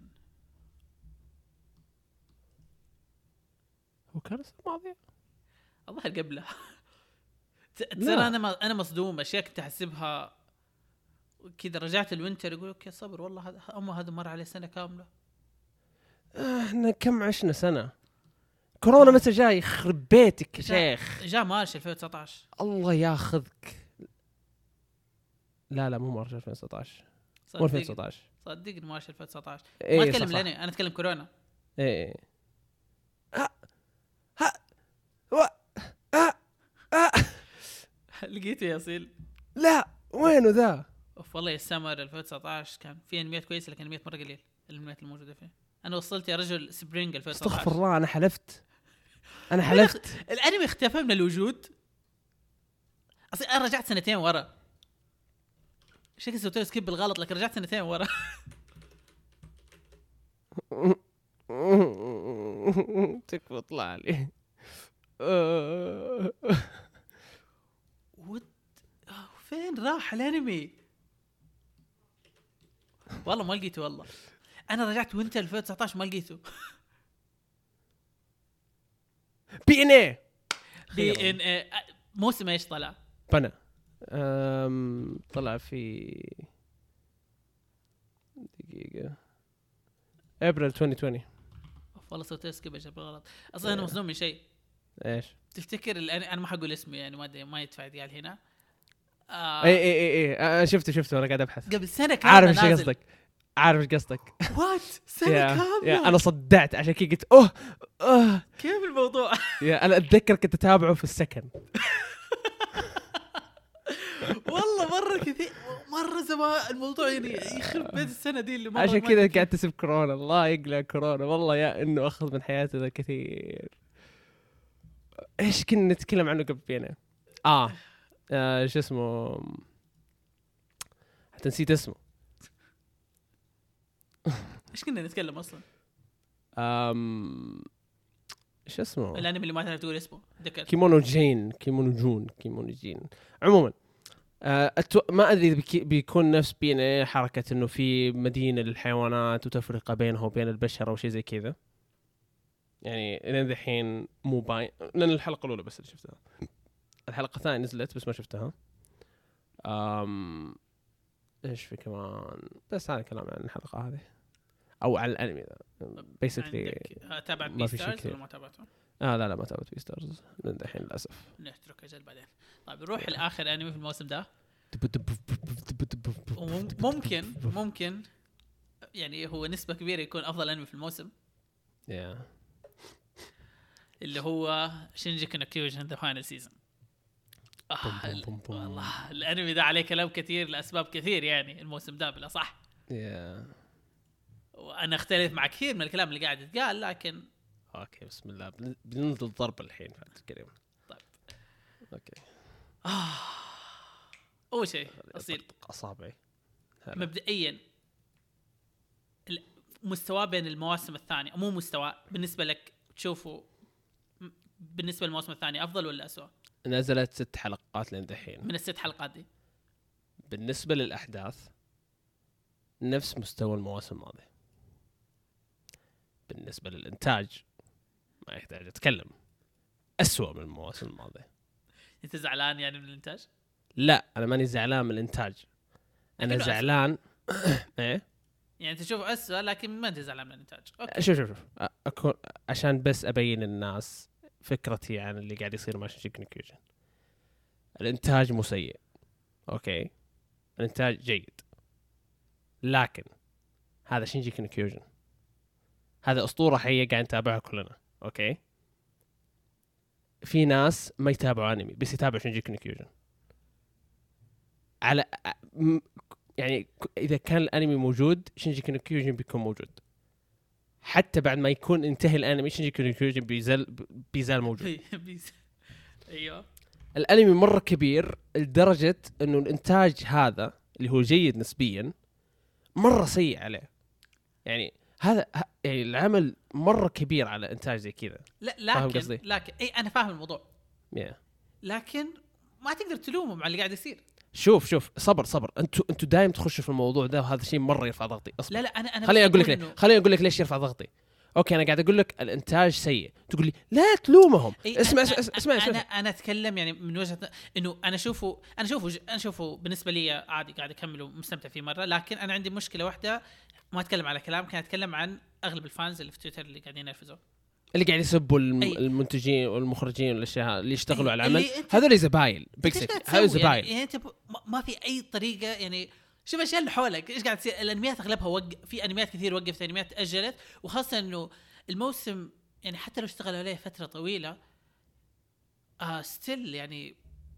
هو كان السنة الماضية الظاهر قبله. ترى انا ما انا مصدوم اشياء كنت احسبها كذا. رجعت الوينتر يقول اوكي صبر والله هذا اما هذا مر عليه سنه كامله. احنا كم عشنا سنه كورونا متى جاي يخرب بيتك يا شيخ؟ جاء مارش ألفين وتسعة عشر. الله ياخذك. لا لا مو مارش ألفين وتسعة عشر مو ألفين وتسعة عشر صدقني مارش ألفين وتسعة عشر. إيه ما اتكلم لاني انا اتكلم كورونا. ايه ها ها و ها ها لقيته يا اصيل. لا وينه ذا؟ اوف والله السمر ألفين وتسعة عشر كان في انميات كويسه لكن انميات مره قليل الانميات الموجوده فيه. انا وصلت يا رجل سبرينج ألفين وتسعة عشر. استغفر الله انا حلفت انا حلفت الانمي اختفى من الوجود. اصلا انا رجعت سنتين ورا. شكل سويت سكيب بالغلط لكن رجعت سنتين ورا. تكفى اطلع لي. ود فين راح الانمي؟ والله ما لقيته. والله انا رجعت وانت ألفين وتسعة عشر ما لقيته. بي ان اي بي ان اي موسم ايش طلع؟ بنا أم طلع في دقيقة ابريل ألفين وعشرين. والله صوت سكيب ايش بالغلط. اصلا انا مصدوم من شيء. ايش تفتكر الانمي؟ انا ما حقول اسمه يعني ما ما يدفع ديال هنا. آه اي اي اي اي شفته شفته انا قاعد ابحث قبل سنة كاملة. عارف ايش قصدك عارف ايش قصدك وات سنة كاملة. انا صدعت عشان كذا قلت اوه اوه كيف الموضوع؟ يا انا اتذكر كنت اتابعه في السكن. والله مرة كثير مرة زمان الموضوع يعني يخرب بيت السنة دي اللي مرة عشان كذا قاعد تسب كورونا. الله يقلع كورونا والله يا انه اخذ من حياتنا كثير. ايش كنا نتكلم عنه قبل فينا؟ اه, آه شو اسمه حتى نسيت اسمه. ايش كنا نتكلم اصلا؟ امم ايش اسمه الانمي اللي ما تعرف تقول اسمه؟ ذكر كيمونو جين كيمونو جون كيمونو جين. عموما آه أتو... ما ادري بكي... بيكون نفس بين حركه انه في مدينه للحيوانات وتفرقه بينها وبين البشر او شيء زي كذا. يعني لين الحين مو باين لان الحلقه الاولى بس اللي شفتها. الحلقه الثانيه نزلت بس ما شفتها. امم ايش في كمان؟ بس هذا كلام عن الحلقه هذه او عن الانمي ذا. بيسكلي تابعت بي ستارز ولا ما تابعته؟ اه لا لا ما تابعت بي ستارز لين الحين للاسف. نترك اجل بعدين. طيب نروح لاخر انمي في الموسم ده. ممكن ممكن يعني هو نسبه كبيره يكون افضل انمي في الموسم. yeah. اللي هو شينجيكو نو كيوجن ذا فاينل سيزون. والله الانمي ده عليه كلام كثير لاسباب كثير يعني الموسم ده بلا صح. yeah. وانا اختلف مع كثير من الكلام اللي قاعد يتقال لكن اوكي بسم الله بننزل ضرب الحين فهد الكريم. طيب اوكي آه. اول شيء اصيل اصابعي مبدئيا مستوى بين المواسم الثانيه مو مستوى بالنسبه لك تشوفه بالنسبه للموسم الثاني افضل ولا اسوء؟ نزلت ست حلقات لين دحين. من الست حلقات دي بالنسبه للاحداث نفس مستوى المواسم الماضيه. بالنسبه للانتاج ما يحتاج اتكلم اسوأ من المواسم الماضيه. انت زعلان يعني من الانتاج؟ لا انا ماني زعلان من الانتاج انا زعلان ايه يعني انت تشوف اسوء لكن ما انت زعلان من الانتاج. اوكي شوف شوف اكون عشان بس ابين الناس فكرتي عن اللي قاعد يصير مع شينجيكو نو كيوجن. الانتاج مو سيء اوكي الانتاج جيد لكن هذا شينجيكو نو كيوجن هذا اسطوره حيه قاعد نتابعها كلنا اوكي. في ناس ما يتابعوا انمي بس يتابعوا شينجيكو نو كيوجن على يعني اذا كان الانمي موجود شينجيكو نو كيوجن بيكون موجود حتى بعد ما يكون انتهى الانمي شينجيكو نو كيوجن بيزال بيزال موجود. ايوه الانمي مره كبير لدرجه انه الانتاج هذا اللي هو جيد نسبيا مره سيء عليه يعني هذا يعني العمل مره كبير على انتاج زي كذا. لا لكن لكن اي انا فاهم الموضوع yeah. لكن ما تقدر تلومهم على اللي قاعد يصير. شوف شوف صبر صبر انتوا انتوا دايم تخشوا في الموضوع ده وهذا شيء مره يرفع ضغطي اصلا. لا لا انا انا خليني اقول لك ليه. خليني اقول لك ليش يرفع ضغطي. اوكي انا قاعد اقول لك الانتاج سيء تقول لي لا تلومهم. اسمع اسمع اسمع انا انا اتكلم يعني من وجهه انه انا اشوفه انا اشوفه انا اشوفه بالنسبه لي عادي قاعد اكمل ومستمتع فيه مره لكن انا عندي مشكله واحده ما اتكلم على كلام كان اتكلم عن اغلب الفانز اللي في تويتر اللي قاعدين ينرفزوا اللي قاعد يسبوا المنتجين والمخرجين والاشياء اللي يشتغلوا على العمل هذول زبايل بيكسك هذول زبايل يعني انت ما في اي طريقه يعني شوف الاشياء اللي حولك ايش قاعد تصير. الانميات اغلبها وقف في انميات كثير وقفت انميات تاجلت وخاصه انه الموسم يعني حتى لو اشتغلوا عليه فتره طويله آه ستيل يعني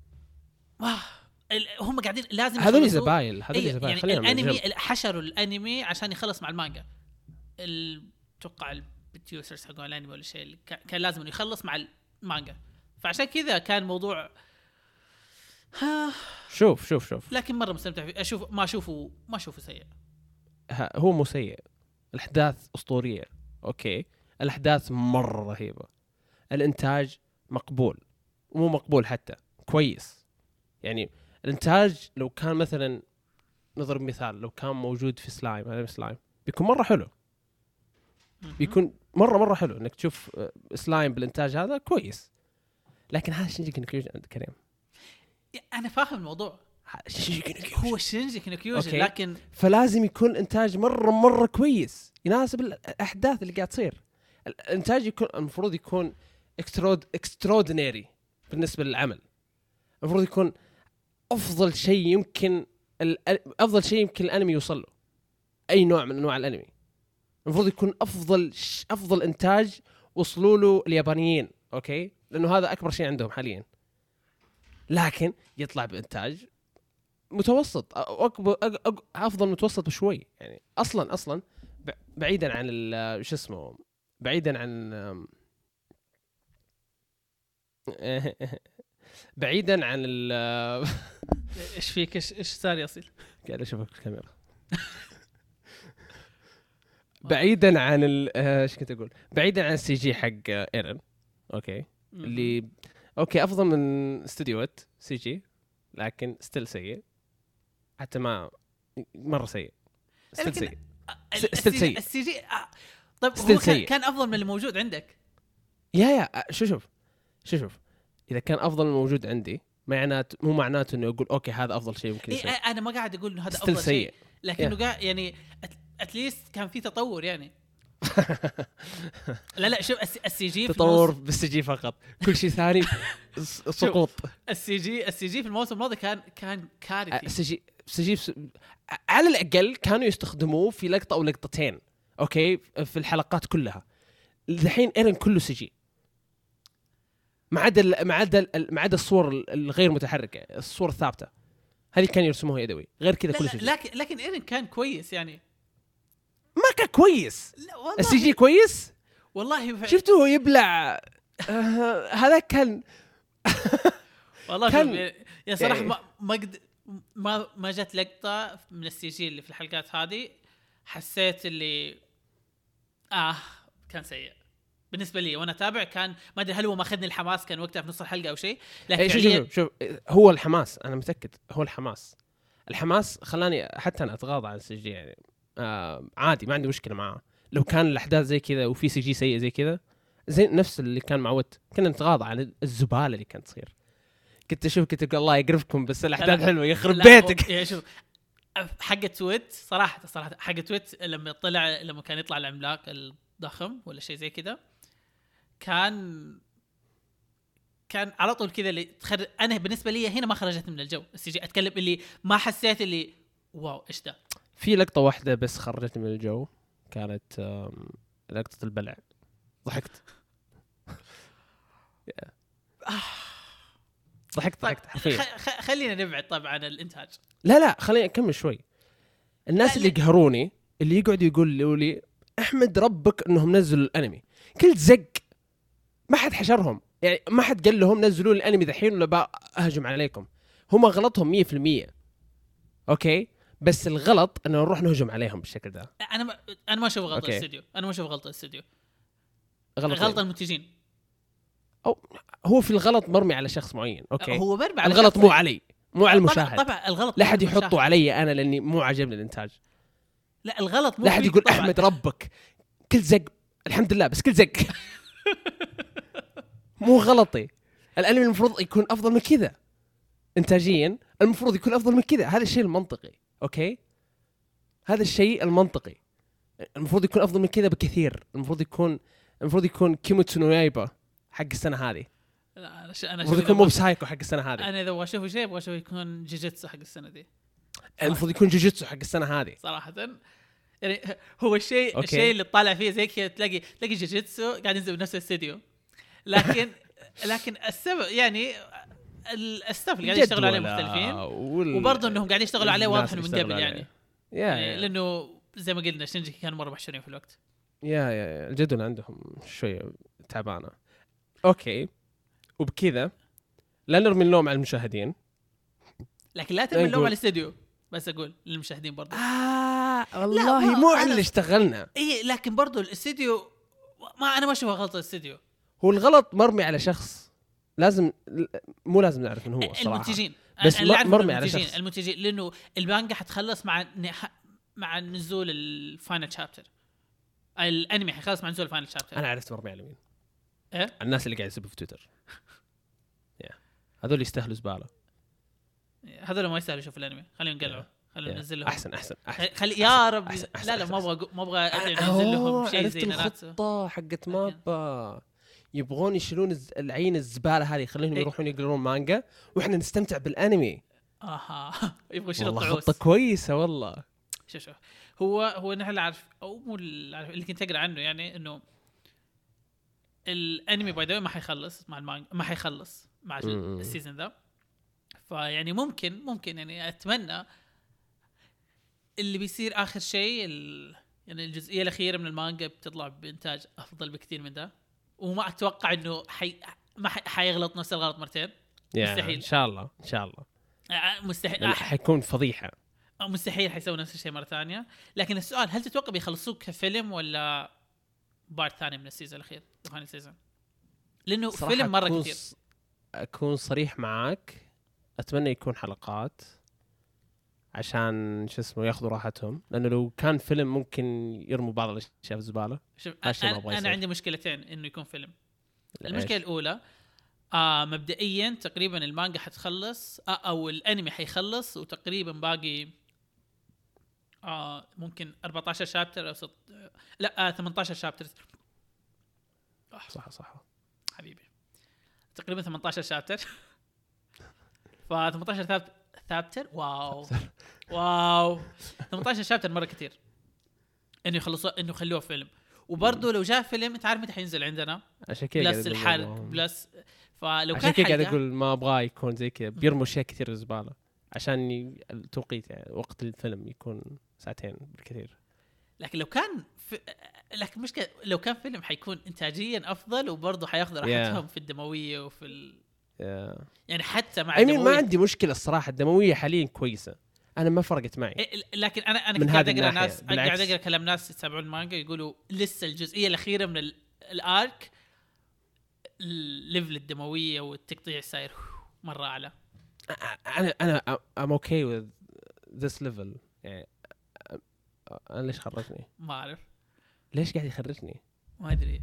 آه هم قاعدين لازم هذول زبايل هذول أيه زبايل يعني الانمي حشروا الانمي عشان يخلص مع المانجا. اتوقع البروديوسرز حقوا الانمي ولا شيء كان لازم انه يخلص مع المانجا فعشان كذا كان موضوع ها شوف شوف شوف لكن مره مستمتع فيه. اشوف ما اشوفه ما اشوفه سيء. هو مو سيء الاحداث اسطوريه اوكي الاحداث مره رهيبه الانتاج مقبول مو مقبول حتى كويس يعني الانتاج لو كان مثلا نضرب مثال لو كان موجود في سلايم هذا سلايم بيكون مره حلو بيكون مره مره حلو انك تشوف سلايم بالانتاج هذا كويس لكن هذا شينجيكو نو كيوجن عند كريم. انا فاهم الموضوع هو شينجيكو نو كيوجن لكن فلازم يكون انتاج مره مره كويس يناسب الاحداث اللي قاعد تصير. الانتاج يكون المفروض يكون اكسترود اكسترودينري بالنسبه للعمل المفروض يكون افضل شيء يمكن افضل شيء يمكن الانمي يوصل له اي نوع من انواع الانمي المفروض يكون افضل افضل انتاج وصلوا له اليابانيين اوكي لانه هذا اكبر شيء عندهم حاليا لكن يطلع بانتاج متوسط أكبر افضل متوسط بشوي يعني اصلا اصلا بعيدا عن شو اسمه بعيدا عن بعيدا عن ال ايش فيك ايش ايش صار يا اصيل قاعد اشوفك في الكاميرا بعيدا عن ال ايش كنت اقول بعيدا عن السي جي حق ايرن اوكي اللي اوكي افضل من استوديوات سي جي لكن ستيل سيء حتى ما مره سيء ستيل سيء ستيل سيء السي جي طيب هو كان, كان افضل من اللي موجود عندك يا يا شو شوف شو شوف اذا كان افضل من الموجود عندي معناته مو معناته انه اقول اوكي هذا افضل شيء ممكن يصير. إيه انا ما قاعد اقول انه هذا افضل شيء لكنه قاعد يعني اتليست كان في تطور يعني لا لا شوف السي جي تطور بالسي جي فقط كل شيء ثاني سقوط. السي جي السي جي في الموسم الماضي كان كان كارثي. السي جي السي جي على الاقل كانوا يستخدموه في لقطه او لقطتين اوكي في الحلقات كلها الحين ايرن كله سجي ما عدا ما عدا ما عدا الصور الغير متحركه، الصور الثابته هذه كان يرسموها يدوي، غير كذا كله سجي. لكن لكن ايرن كان كويس يعني، ما كان كويس. السي جي كويس والله ف... شفته يبلع آه هذا كان والله كان يا صراحه ما ما قد ما ما جت لقطه من السي جي اللي في الحلقات هذه حسيت اللي اه كان سيء بالنسبه لي وانا تابع. كان ما ادري هل هو ماخذني الحماس كان وقتها في نص الحلقه او شيء، لكن شوف شوف شوف هو الحماس انا متاكد هو الحماس الحماس خلاني حتى انا اتغاضى عن السي جي يعني آه عادي ما عندي مشكله معاه. لو كان الاحداث زي كذا وفي سي جي سيء زي كذا زي نفس اللي كان معود كنا نتغاضى عن الزباله اللي كانت تصير. كنت اشوف كنت اقول الله يقرفكم بس الاحداث حلوه يخرب بيتك. يا شوف حق تويت صراحه صراحه حق تويت لما طلع لما كان يطلع العملاق الضخم ولا شيء زي كذا كان كان على طول كذا اللي تخر... انا بالنسبه لي هنا ما خرجت من الجو السي جي. اتكلم اللي ما حسيت اللي واو ايش ده. في لقطه واحده بس خرجتني من الجو كانت لقطه البلع ضحكت ضحكت ضحكت حرفيا. خلينا نبعد طبعا عن الانتاج. لا لا خليني اكمل شوي. الناس اللي قهروني اللي يقعدوا يقولوا لي احمد ربك انهم نزلوا الانمي كل زق ما حد حشرهم يعني ما حد قال لهم نزلوا الانمي ذحين ولا بقى اهجم عليكم. هم غلطهم مية في المية اوكي بس الغلط انه نروح نهجم عليهم بالشكل ده. انا ما انا ما اشوف غلطه الاستوديو انا ما اشوف غلطه الاستوديو غلط غلطه المنتجين او هو في الغلط مرمي على شخص معين اوكي هو مرمي على الغلط مو علي مو على المشاهد. طبعا, طبعا الغلط لا حد يحطوا علي انا لاني مو عجبني الانتاج. لا الغلط مو لا حد يقول طبعًا. احمد ربك كل زق الحمد لله بس كل زق مو غلطي. الانمي المفروض يكون افضل من كذا انتاجيا المفروض يكون افضل من كذا. هذا الشيء المنطقي اوكي هذا الشيء المنطقي المفروض يكون افضل من كذا بكثير. المفروض يكون المفروض يكون كيميتسو نو يايبا حق السنه هذه. لا انا ش... انا المفروض يكون موب سايكو حق السنه هذه. انا اذا اشوف شيء ابغى اشوف يكون جوجيتسو حق السنه دي. المفروض يكون جوجيتسو حق السنه هذه صراحه. يعني هو الشيء أوكي. الشيء اللي تطالع فيه زي كذا تلاقي تلاقي جوجيتسو قاعد ينزل بنفس الاستديو لكن لكن السبب يعني الستاف اللي قاعد يشتغلوا عليه مختلفين وال... وبرضه انهم قاعد يشتغلوا عليه واضح انه من قبل يعني يا يعني لانه زي ما قلنا شينجي كانوا مره محشورين في الوقت. يا يا الجدول عندهم شويه تعبانه اوكي وبكذا لا نرمي اللوم على المشاهدين لكن لا ترمي اللوم على الاستديو بس اقول للمشاهدين برضه آه والله مو احنا اللي اشتغلنا اي لكن برضه الاستديو ما انا ما اشوفه غلط الاستديو. هو الغلط مرمي على شخص لازم مو لازم نعرف انه هو الصراحه المنتجين بس مرمي على شخص المنتجين لانه المانجا حتخلص مع مع نزول الفاينل شابتر. الانمي حيخلص مع نزول الفاينل شابتر. انا عرفت مرمي على مين ايه الناس اللي قاعد يسبوا في تويتر يا هذول يستاهلوا زباله. هذول ما يستاهلوا يشوفوا الانمي خليهم ينقلعوا خليهم ننزل لهم احسن احسن احسن خلي يا رب أحسن أحسن لا لا ما ابغى ما ابغى انزل لهم شيء زي ناتسو. الخطه حقت مابا يبغون يشيلون العين الزباله هذه يخليهم إيه؟ يروحون يقرون مانجا واحنا نستمتع بالانمي. اها يبغوا يشيلوا الطعوس. خطه كويسه والله. شوف شوف هو هو نحن عارف او مو اللي كنت اقرا عنه يعني انه الانمي باي ذا ما حيخلص مع المانجا ما حيخلص مع السيزون ذا. فيعني ممكن ممكن يعني اتمنى اللي بيصير اخر شيء يعني الجزئيه الاخيره من المانجا بتطلع بانتاج افضل بكثير من ده. وما اتوقع انه حي ما حيغلط نفس الغلط مرتين مستحيل. ان شاء الله ان شاء الله مستحيل حيكون فضيحه مستحيل حيسوي نفس الشيء مره ثانيه. لكن السؤال هل تتوقع بيخلصوه كفيلم ولا بارت ثاني من السيزون الاخير ثاني سيزون؟ لانه فيلم مره كثير. اكون صريح معاك اتمنى يكون حلقات عشان شو اسمه ياخذوا راحتهم لانه لو كان فيلم ممكن يرموا بعض الاشياء في الزباله. أنا, انا عندي مشكلتين انه يكون فيلم. المشكله الاولى آه مبدئيا تقريبا المانجا حتخلص آه او الانمي حيخلص وتقريبا باقي آه ممكن أربعة عشر شابتر او ست... لا آه ثمانية عشر شابتر. صح صح حبيبي تقريبا ثمانية عشر شابتر ف ثمانية عشر ثابت ثابتر واو واو ثمانية عشر شابتر مره كثير انه يخلصوا انه يخلوه فيلم. وبرضه لو جاء فيلم انت عارف متى حينزل عندنا عشان كذا بلس الحرق بلس فلو عشان كان كذا قاعد اقول ما ابغى يكون زي كذا بيرموا اشياء كثير في الزباله عشان ي... التوقيت يعني وقت الفيلم يكون ساعتين بالكثير. لكن لو كان في... لكن مشكلة لو كان فيلم حيكون انتاجيا افضل وبرضه حياخذ راحتهم yeah. في الدمويه وفي ال... yeah. يعني حتى مع الدمويه ما عندي مشكله الصراحه الدمويه حاليا كويسه انا ما فرقت معي. لكن انا انا قاعد اقرا ناس قاعد اقرا كلام ناس يتابعون المانجا يقولوا لسه الجزئيه الاخيره من ال... الارك الليفل الدمويه والتقطيع صاير مره اعلى. انا انا I'm okay with this level يعني انا ليش خرجني ما اعرف ليش قاعد يخرجني ما ادري.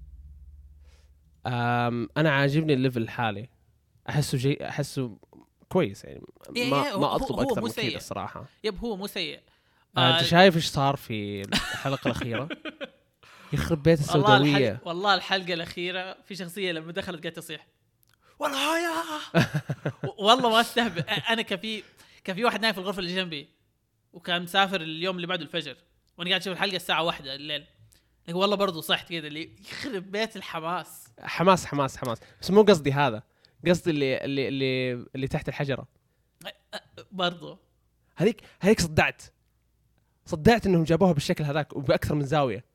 أم انا عاجبني الليفل الحالي احسه شيء احسه كويس يعني ما ما اطلب اكثر من كذا الصراحه. يب هو مو سيء. آه انت شايف ايش صار في الحلقه الاخيره يخرب بيت السوداويه والله, الحل... والله الحلقه الاخيره في شخصيه لما دخلت قاعده تصيح والله يا والله ما استهبل. انا كفي كان في واحد نايم في الغرفه اللي جنبي وكان مسافر اليوم اللي بعده الفجر وانا قاعد اشوف الحلقه الساعه واحدة الليل لكن والله برضو صحت كذا اللي يخرب بيت الحماس حماس حماس حماس بس مو قصدي هذا قصدي اللي اللي اللي, اللي تحت الحجره برضو هذيك هذيك صدعت صدعت انهم جابوها بالشكل هذاك وباكثر من زاويه.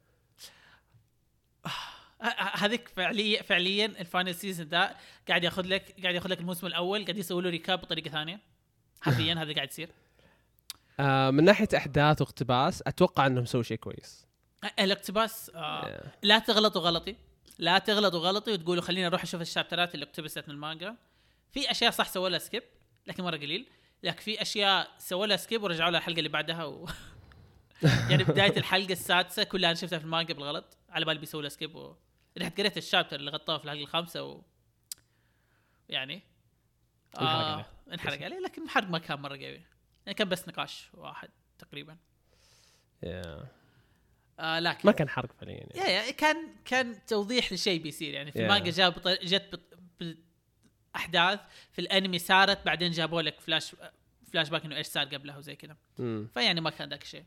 هذيك فعليا فعليا الفاينل سيزون ده قاعد ياخذ لك قاعد ياخذ لك الموسم الاول قاعد يسوي له ريكاب بطريقه ثانيه حرفيا هذا قاعد يصير. آه من ناحيه احداث واقتباس اتوقع انهم سووا شيء كويس. الاقتباس آه yeah. لا تغلطوا غلطي لا تغلطوا غلطي وتقولوا خلينا نروح نشوف الشابترات اللي اقتبست من المانجا. في اشياء صح سووا لها سكيب لكن مره قليل لكن في اشياء سووا لها سكيب ورجعوا لها الحلقه اللي بعدها و... يعني بدايه الحلقه السادسه كلها انا شفتها في المانجا بالغلط على بالي بيسووا لها سكيب و... رحت قريت الشابتر اللي غطاه في الحلقه الخامسه و... يعني آه انحرق عليه لكن الحرق ما كان مره قوي يعني كان بس نقاش واحد تقريبا. yeah. آه لكن ما كان حرق فعليا يعني. يعني كان كان توضيح لشيء بيصير يعني في yeah. المانجا جاب بط... جت بط... احداث في الانمي صارت بعدين جابوا لك فلاش فلاش باك انه ايش صار قبلها وزي كذا mm. فيعني ما كان ذاك الشيء.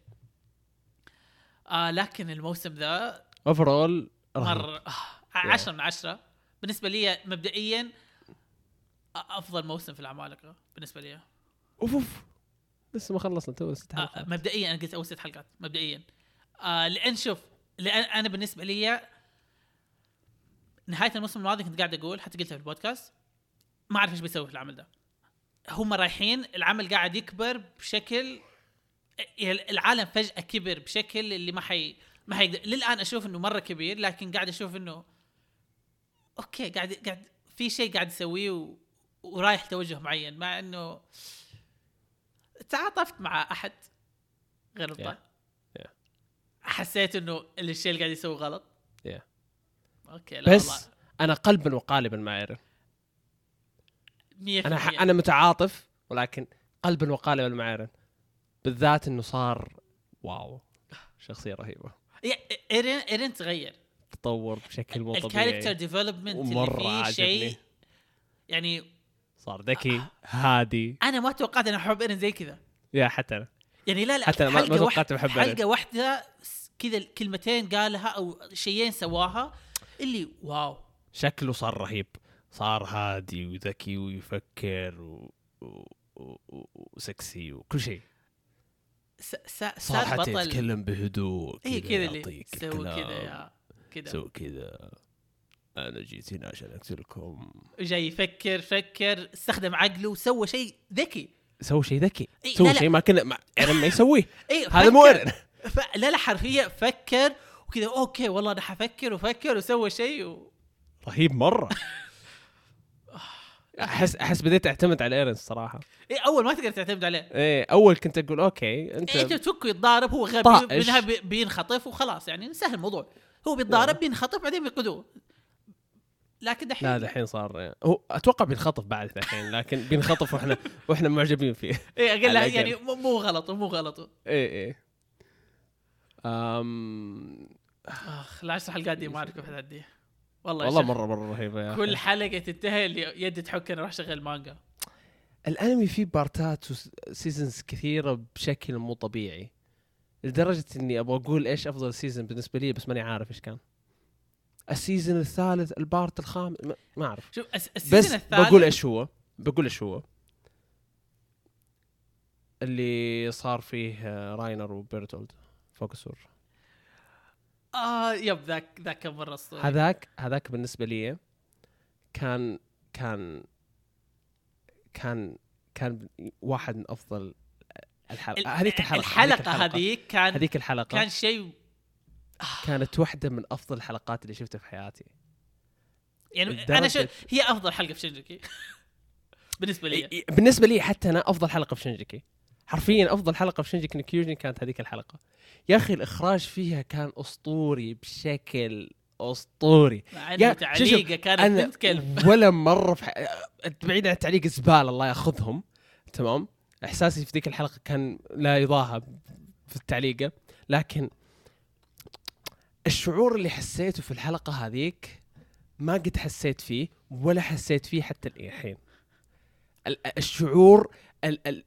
آه لكن الموسم ذا اوفرول مره آه عشرة من عشرة بالنسبه لي مبدئيا افضل موسم في العمالقه بالنسبه لي. اوف اوف لسه ما خلصنا تو ست حلقات. آه مبدئيا انا قلت اول ست حلقات مبدئيا آه لان شوف لان انا بالنسبه لي نهايه الموسم الماضي كنت قاعد اقول حتى قلتها في البودكاست ما اعرف ايش بيسوي في العمل ده. هم رايحين العمل قاعد يكبر بشكل العالم فجاه كبر بشكل اللي ما حي ما حيقدر للان اشوف انه مره كبير لكن قاعد اشوف انه اوكي قاعد قاعد في شيء قاعد يسويه و... ورايح توجه معين مع انه تعاطفت مع احد غير الطاق yeah. yeah. حسيت انه الشيء اللي قاعد يسوي غلط yeah. اوكي لا بس والله. انا قلبا وقالبا مع ايرن انا ح... انا متعاطف ولكن قلبا وقالبا مع ايرن بالذات انه صار واو شخصيه رهيبه. ايرن ايرن تغير تطور بشكل مو طبيعي الكاركتر ديفلوبمنت اللي فيه شيء يعني صار ذكي هادي. انا ما توقعت ان احب ايرن زي كذا يا حتى انا يعني لا لا حتى أنا ما توقعت بحب ايرن حلقه واحده كذا كلمتين قالها او شيئين سواها اللي واو شكله صار رهيب صار هادي وذكي ويفكر و... و... و... وسكسي وكل شيء س... س... صار حتى يتكلم بهدوء اي كذا اللي سوي كذا يا كذا سوي كذا انا جيت هنا عشان اقتلكم جاي يفكر فكر استخدم عقله وسوى شيء ذكي سوى شيء ذكي إيه سوى شيء ما كنا ما يعني ما يسويه إيه هذا مو ايرن ف... لا لا حرفيا فكر وكذا اوكي والله انا حفكر وفكر وسوى شيء و... رهيب مره. احس احس بديت اعتمد على ايرن الصراحه. ايه اول ما تقدر تعتمد عليه. ايه اول كنت اقول اوكي انت إيه انت تفكه يتضارب هو غبي منها بينخطف وخلاص يعني سهل الموضوع هو بيتضارب بينخطف بعدين بيقودوه لكن دحين لا دحين صار هو اتوقع بينخطف بعد دحين لكن بينخطف واحنا واحنا معجبين فيه. ايه اقول يعني مو غلط مو غلط. ايه ايه امم اخ العشر حلقات دي ما اعرف كيف تعدي والله والله مره مره رهيبه يا كل حلقه تنتهي اللي يدي تحك انا اروح اشغل مانجا. الانمي فيه بارتات وسيزونز كثيره بشكل مو طبيعي لدرجة إني أبغى أقول إيش أفضل سيزن بالنسبة لي بس ماني عارف إيش كان. السيزن الثالث، البارت الخامس، ما, ما أعرف. شوف بس الثالث بقول إيش هو بقول إيش هو اللي صار فيه راينر وبيرتولد فوق السور. آه يب ذاك ذاك مرة أسطوري. هذاك هذاك بالنسبة لي كان كان كان كان واحد من أفضل الحلقة. هذيك الحلقة الحلقة هذيك كان هذيك الحلقة كان شيء كانت واحدة من أفضل الحلقات اللي شفتها في حياتي. يعني أنا شو هي أفضل حلقة في شينجيكي بالنسبة لي. بالنسبة لي حتى أنا أفضل حلقة في شينجيكي، حرفيا أفضل حلقة في شينجيكي نو كيوجن كانت هذيك الحلقة. يا أخي الإخراج فيها كان أسطوري بشكل أسطوري. يا تعليقة كانت بنت كلب ولا مرة في ح... بعيد عن التعليق زبالة الله يأخذهم. تمام، إحساسي في ذيك الحلقة كان لا يضاهى في التعليقة، لكن الشعور اللي حسيته في الحلقة هذيك ما قد حسيت فيه ولا حسيت فيه حتى الحين. الشعور ال ال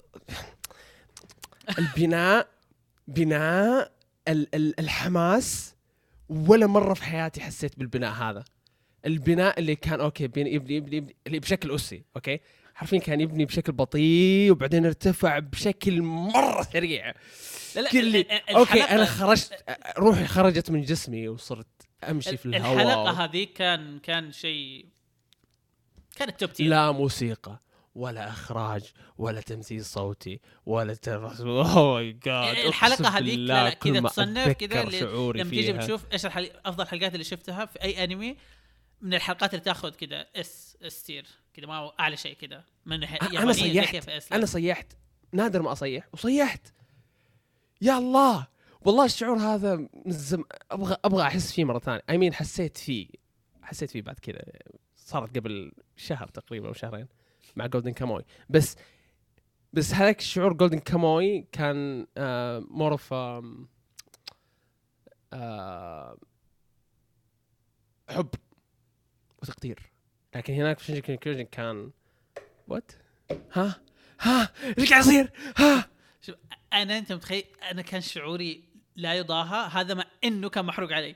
البناء بناء ال ال الحماس، ولا مرة في حياتي حسيت بالبناء هذا. البناء اللي كان أوكي يبني يبني يبني اللي بشكل أسي أوكي حرفيا كان يبني بشكل بطيء وبعدين ارتفع بشكل مرة سريع. لا لا كل أوكي أنا خرجت روحي خرجت من جسمي وصرت أمشي في الهواء. الحلقة هذه كان كان شيء كانت توب تير. لا موسيقى ولا إخراج ولا تمثيل صوتي ولا ترس. أوه ماي جاد الحلقة هذيك لا كذا تصنف كذا لما تيجي بتشوف إيش الحل... أفضل حلقات اللي شفتها في أي أنمي من الحلقات اللي تأخذ كذا اس استير كذا ما أعلى شيء كذا من أنا صيحت أنا صيحت نادر ما أصيح وصيحت يا الله والله. الشعور هذا زم... أبغى أبغى أحس فيه مرة ثانية. I mean حسيت فيه حسيت فيه بعد كذا صارت قبل شهر تقريبا أو شهرين مع جولدن كاموي. بس بس هذاك الشعور جولدن كاموي كان مور اوف حب وتقدير، لكن هناك في شينجيكي نو كيوجن كان وات ها ها ايش قاعد يصير ها. شوف انا انت متخيل انا كان شعوري لا يضاهى هذا مع انه كان محروق علي.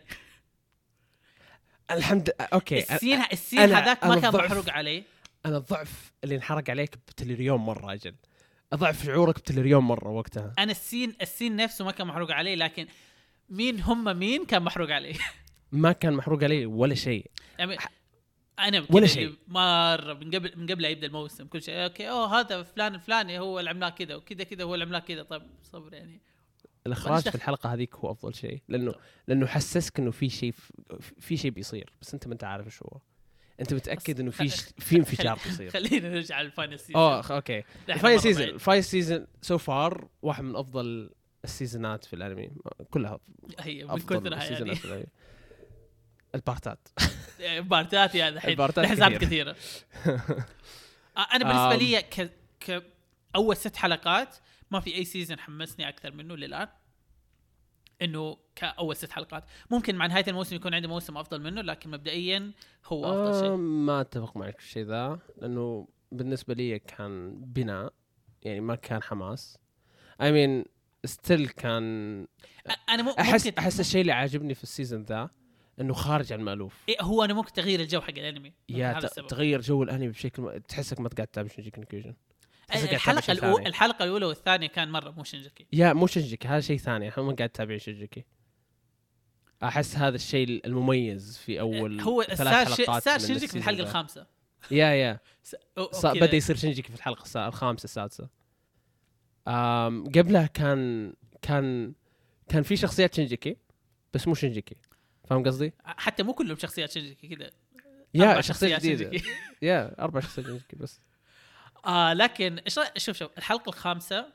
الحمد اوكي السين السين هذاك ما كان محروق علي. أنا الضعف اللي انحرق عليك بتليريون مرة أجل أضعف شعورك بتليريون مرة وقتها. أنا السين السين نفسه ما كان محروق عليه، لكن مين هم مين كان محروق عليه. ما كان محروق عليه ولا شيء يعني أنا ولا شيء مرة من قبل من قبل يبدأ الموسم كل شيء أوكي أوه هذا فلان الفلاني هو اللي عملاه كذا وكذا كذا هو اللي عملاه كذا. طيب صبر يعني. الإخراج في الحلقة هذيك هو أفضل شيء لأنه لأنه حسسك إنه في شيء في شيء بيصير بس أنت ما أنت عارف إيش هو. انت متاكد انه في في انفجار بيصير. خلينا نرجع للفاينل سيزون. اه اوكي الفاينل سيزون الفاينل سيزون سو فار واحد من افضل السيزونات في الانمي كلها. هي من كثرها يعني البارتات البارتات يعني الحين حسابات كثيره. انا بالنسبه لي ك... ك اول ست حلقات ما في اي سيزون حمسني اكثر منه للان. انه كاول ست حلقات ممكن مع نهايه الموسم يكون عندي موسم افضل منه، لكن مبدئيا هو افضل شيء. آه ما اتفق معك في الشيء ذا لانه بالنسبه لي كان بناء يعني ما كان حماس. I mean ستيل كان انا مو احس احس الشيء اللي عاجبني في السيزون ذا انه خارج عن المألوف. إيه هو انا ممكن تغيير الجو حق الانمي يا تغير جو الانمي بشكل ما... تحسك ما تقعد تتابع شينجيكي نو كيوجن. الحلقه الاولى الحلقه الاولى والثانيه كان مره مو شينجيكي. يا مو شينجيكي هذا شيء ثاني. احنا ما قاعد نتابع شينجيكي. احس هذا الشيء المميز في اول هو ثلاث حلقات صار شينجيكي في الحلقه الخامسه. يا يا س... بدا يصير شينجيكي في الحلقه الخامسه السادسه. أم... قبلها كان كان كان في شخصيات شينجيكي بس مو شينجيكي. فاهم قصدي؟ حتى مو كلهم شخصيات شينجيكي كذا. يا شخصيات جديده. يا اربع شخصيات شينجيكي بس. آه لكن شوف شوف الحلقة الخامسة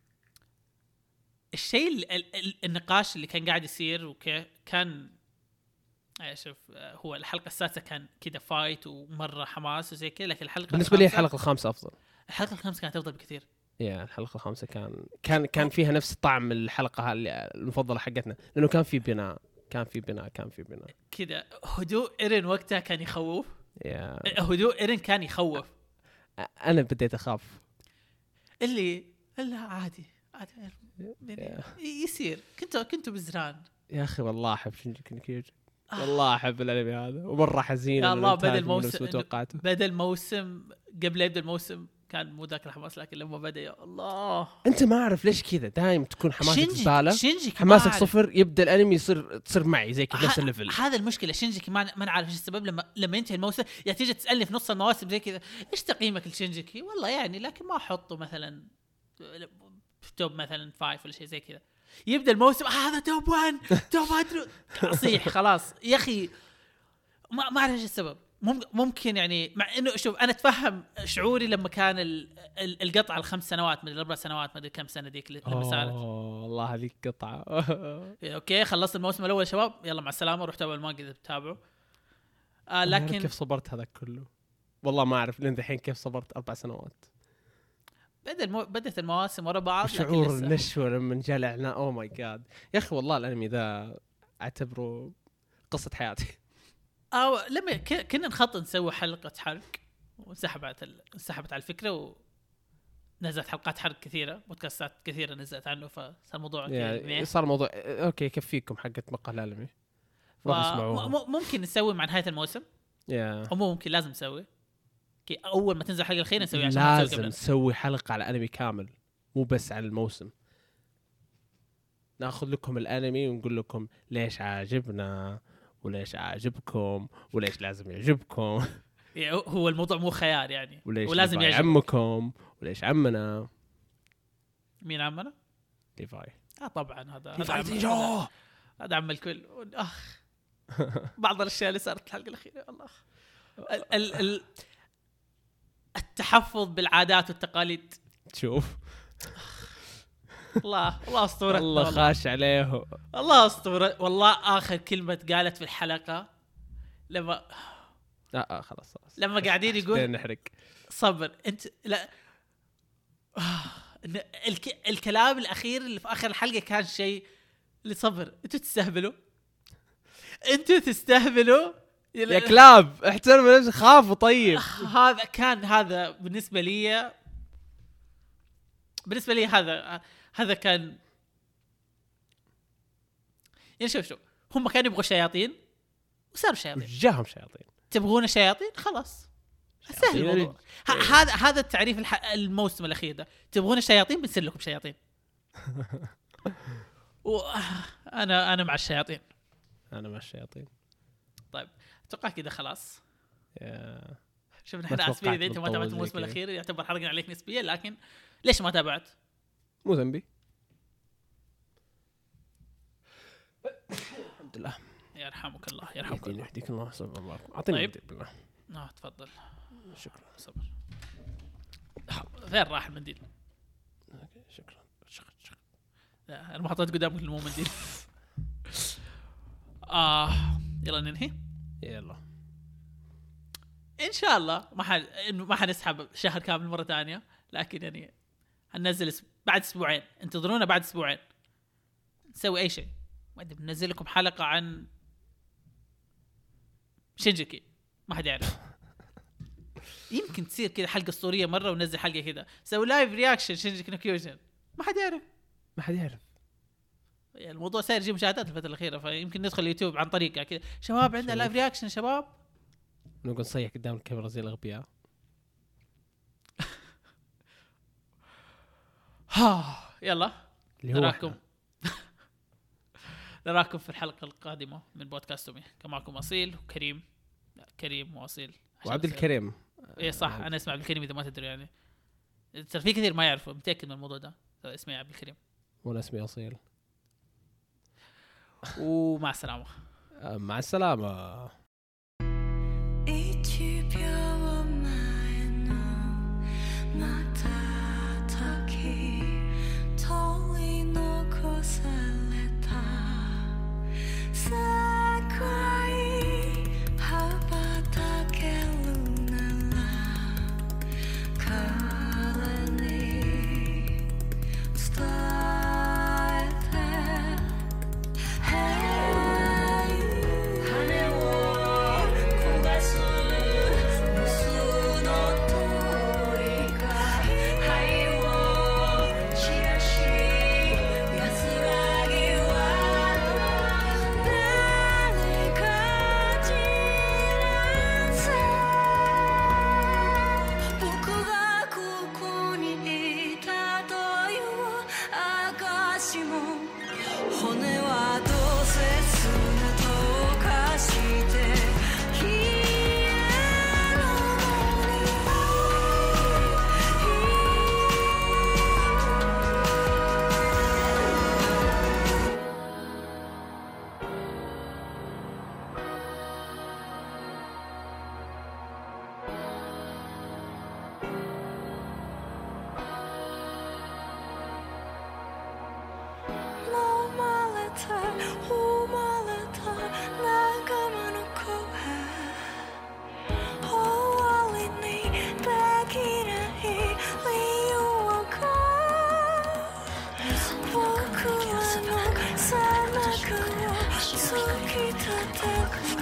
الشيء النقاش اللي كان قاعد يصير وكان كان شوف هو الحلقة السادسة كان كده فايت ومرة حماس وزي كده، لكن الحلقة بالنسبة لي الحلقة الخامسة أفضل. الحلقة الخامسة كانت أفضل بكثير. يا الحلقة الخامسة كان كان كان فيها نفس طعم الحلقة المفضلة حقتنا لأنه كان في بناء كان في بناء كان في بناء كده. هدوء إيرين وقتها كان يخوف. يا هدوء إيرين كان يخوف. أنا بديت أخاف. اللي لا عادي يصير كنتوا كنتوا بزران يا اخي والله احب شينجيكي نو كيوجن والله احب الانمي هذا ومره حزين يا الله بدل الموسم بدل الموسم قبل يبدا الموسم كان مو ذاك الحماس لكن لما بدا يا الله انت ما اعرف ليش كذا دايم تكون حماسك زباله حماسك صفر يبدا الانمي يصير تصير معي زي كذا نفس الليفل هذا المشكله شينجيكي ما ما نعرف ايش السبب لما لما ينتهي الموسم يا تيجي تسالني في نص المواسم زي كذا ايش تقييمك لشينجيكي والله يعني لكن ما احطه مثلا توب مثلا خمسة ولا شيء زي كذا يبدا الموسم هذا توب واحد توب أدرو اصيح خلاص يا اخي ما ما اعرف ايش السبب ممكن يعني مع انه شوف انا اتفهم شعوري لما كان القطعه الخمس سنوات من الاربع سنوات ما ادري كم سنه ذيك لما صارت والله هذيك قطعه اوكي خلصت الموسم الاول شباب يلا مع السلامه روح تابعوا المانجا اذا بتتابعوا آه لكن كيف صبرت هذا كله والله ما اعرف لين الحين كيف صبرت اربع سنوات بدأ المو... بدأت المواسم ورا بعض شعور النشوة لما جاء الإعلان أوه ماي جاد يا أخي والله الأنمي ذا أعتبره قصة حياتي أو لما ك... كنا نخطط نسوي حلقة حرق وسحبت ال... سحبت على الفكرة ونزلت حلقات حرق كثيرة بودكاستات كثيرة نزلت عنه فصار الموضوع يعني صار موضوع أوكي يكفيكم حقة مقال الأنمي ف... م... ممكن نسوي مع نهاية الموسم yeah. أو ممكن لازم نسوي اول ما تنزل الحلقه الاخيره نسوي عشان لازم نسوي حلقه على الانمي كامل مو بس على الموسم ناخذ لكم الانمي ونقول لكم ليش عاجبنا وليش عاجبكم وليش لازم يعجبكم هو الموضوع مو خيار يعني ولازم يعجبكم وليش عمنا مين عمنا ليفاي اه طبعا هذا هذا هذا عم الكل اخ بعض الاشياء اللي صارت الحلقه الاخيره الله ال ال ال التحفظ بالعادات والتقاليد شوف الله الله اسطوره الله خاش عليه الله اسطوره والله اخر كلمه قالت في الحلقه لما لا آه خلاص خلاص لما قاعدين يقول نحرق صبر انت لا الك... الكلام الاخير اللي في اخر الحلقه كان شيء لصبر انتوا تستهبلوا انتوا تستهبلوا يا كلاب احترموا نفسك خافوا طيب هذا كان هذا بالنسبه لي بالنسبه لي هذا هذا كان يعني شوف شوف هم كانوا يبغوا شياطين وصاروا شياطين جاهم شياطين تبغون شياطين خلاص سهل الموضوع هذا هذا التعريف الح... الموسم الاخير ده تبغون الشياطين بنصير لكم شياطين وانا انا مع الشياطين انا مع الشياطين طيب اتوقع كذا خلاص يا شوف نحن اسفين اذا انت ما تابعت الموسم الاخير يعتبر حرقنا عليك نسبيا لكن ليش ما تابعت مو ذنبي الحمد لله يرحمك الله يرحمك الله يهديك الله صبر الله اعطيني طيب. بالله اه تفضل شكرا صبر فين راح المنديل شكرا شكرا شكرا لا انا ما حطيت قدامك المو منديل آه يلا ننهي يلا ان شاء الله ما حد ما حنسحب شهر كامل مره ثانيه لكن يعني هننزل بعد اسبوعين انتظرونا بعد اسبوعين نسوي اي شيء ما ادري بننزل لكم حلقه عن شينجيكي ما حد يعرف يمكن تصير كذا حلقه اسطوريه مره وننزل حلقه كذا سوي لايف رياكشن شينجيكي نو كيوجن ما حد يعرف ما حد يعرف يعني الموضوع صاير يجيب مشاهدات الفتره الاخيره فيمكن ندخل اليوتيوب عن طريقه كذا شباب عندنا لايف رياكشن شباب نقول نصيح قدام الكاميرا زي الاغبياء ها يلا نراكم نراكم في الحلقه القادمه من بودكاست تومي كان معكم اصيل وكريم كريم واصيل وعبد الكريم ايه صح انا اسمي عبد الكريم اذا ما تدري يعني ترى في كثير ما يعرفوا متاكد من الموضوع ده اسمي عبد الكريم وانا اسمي اصيل ومع السلامه مع السلامه そうきたって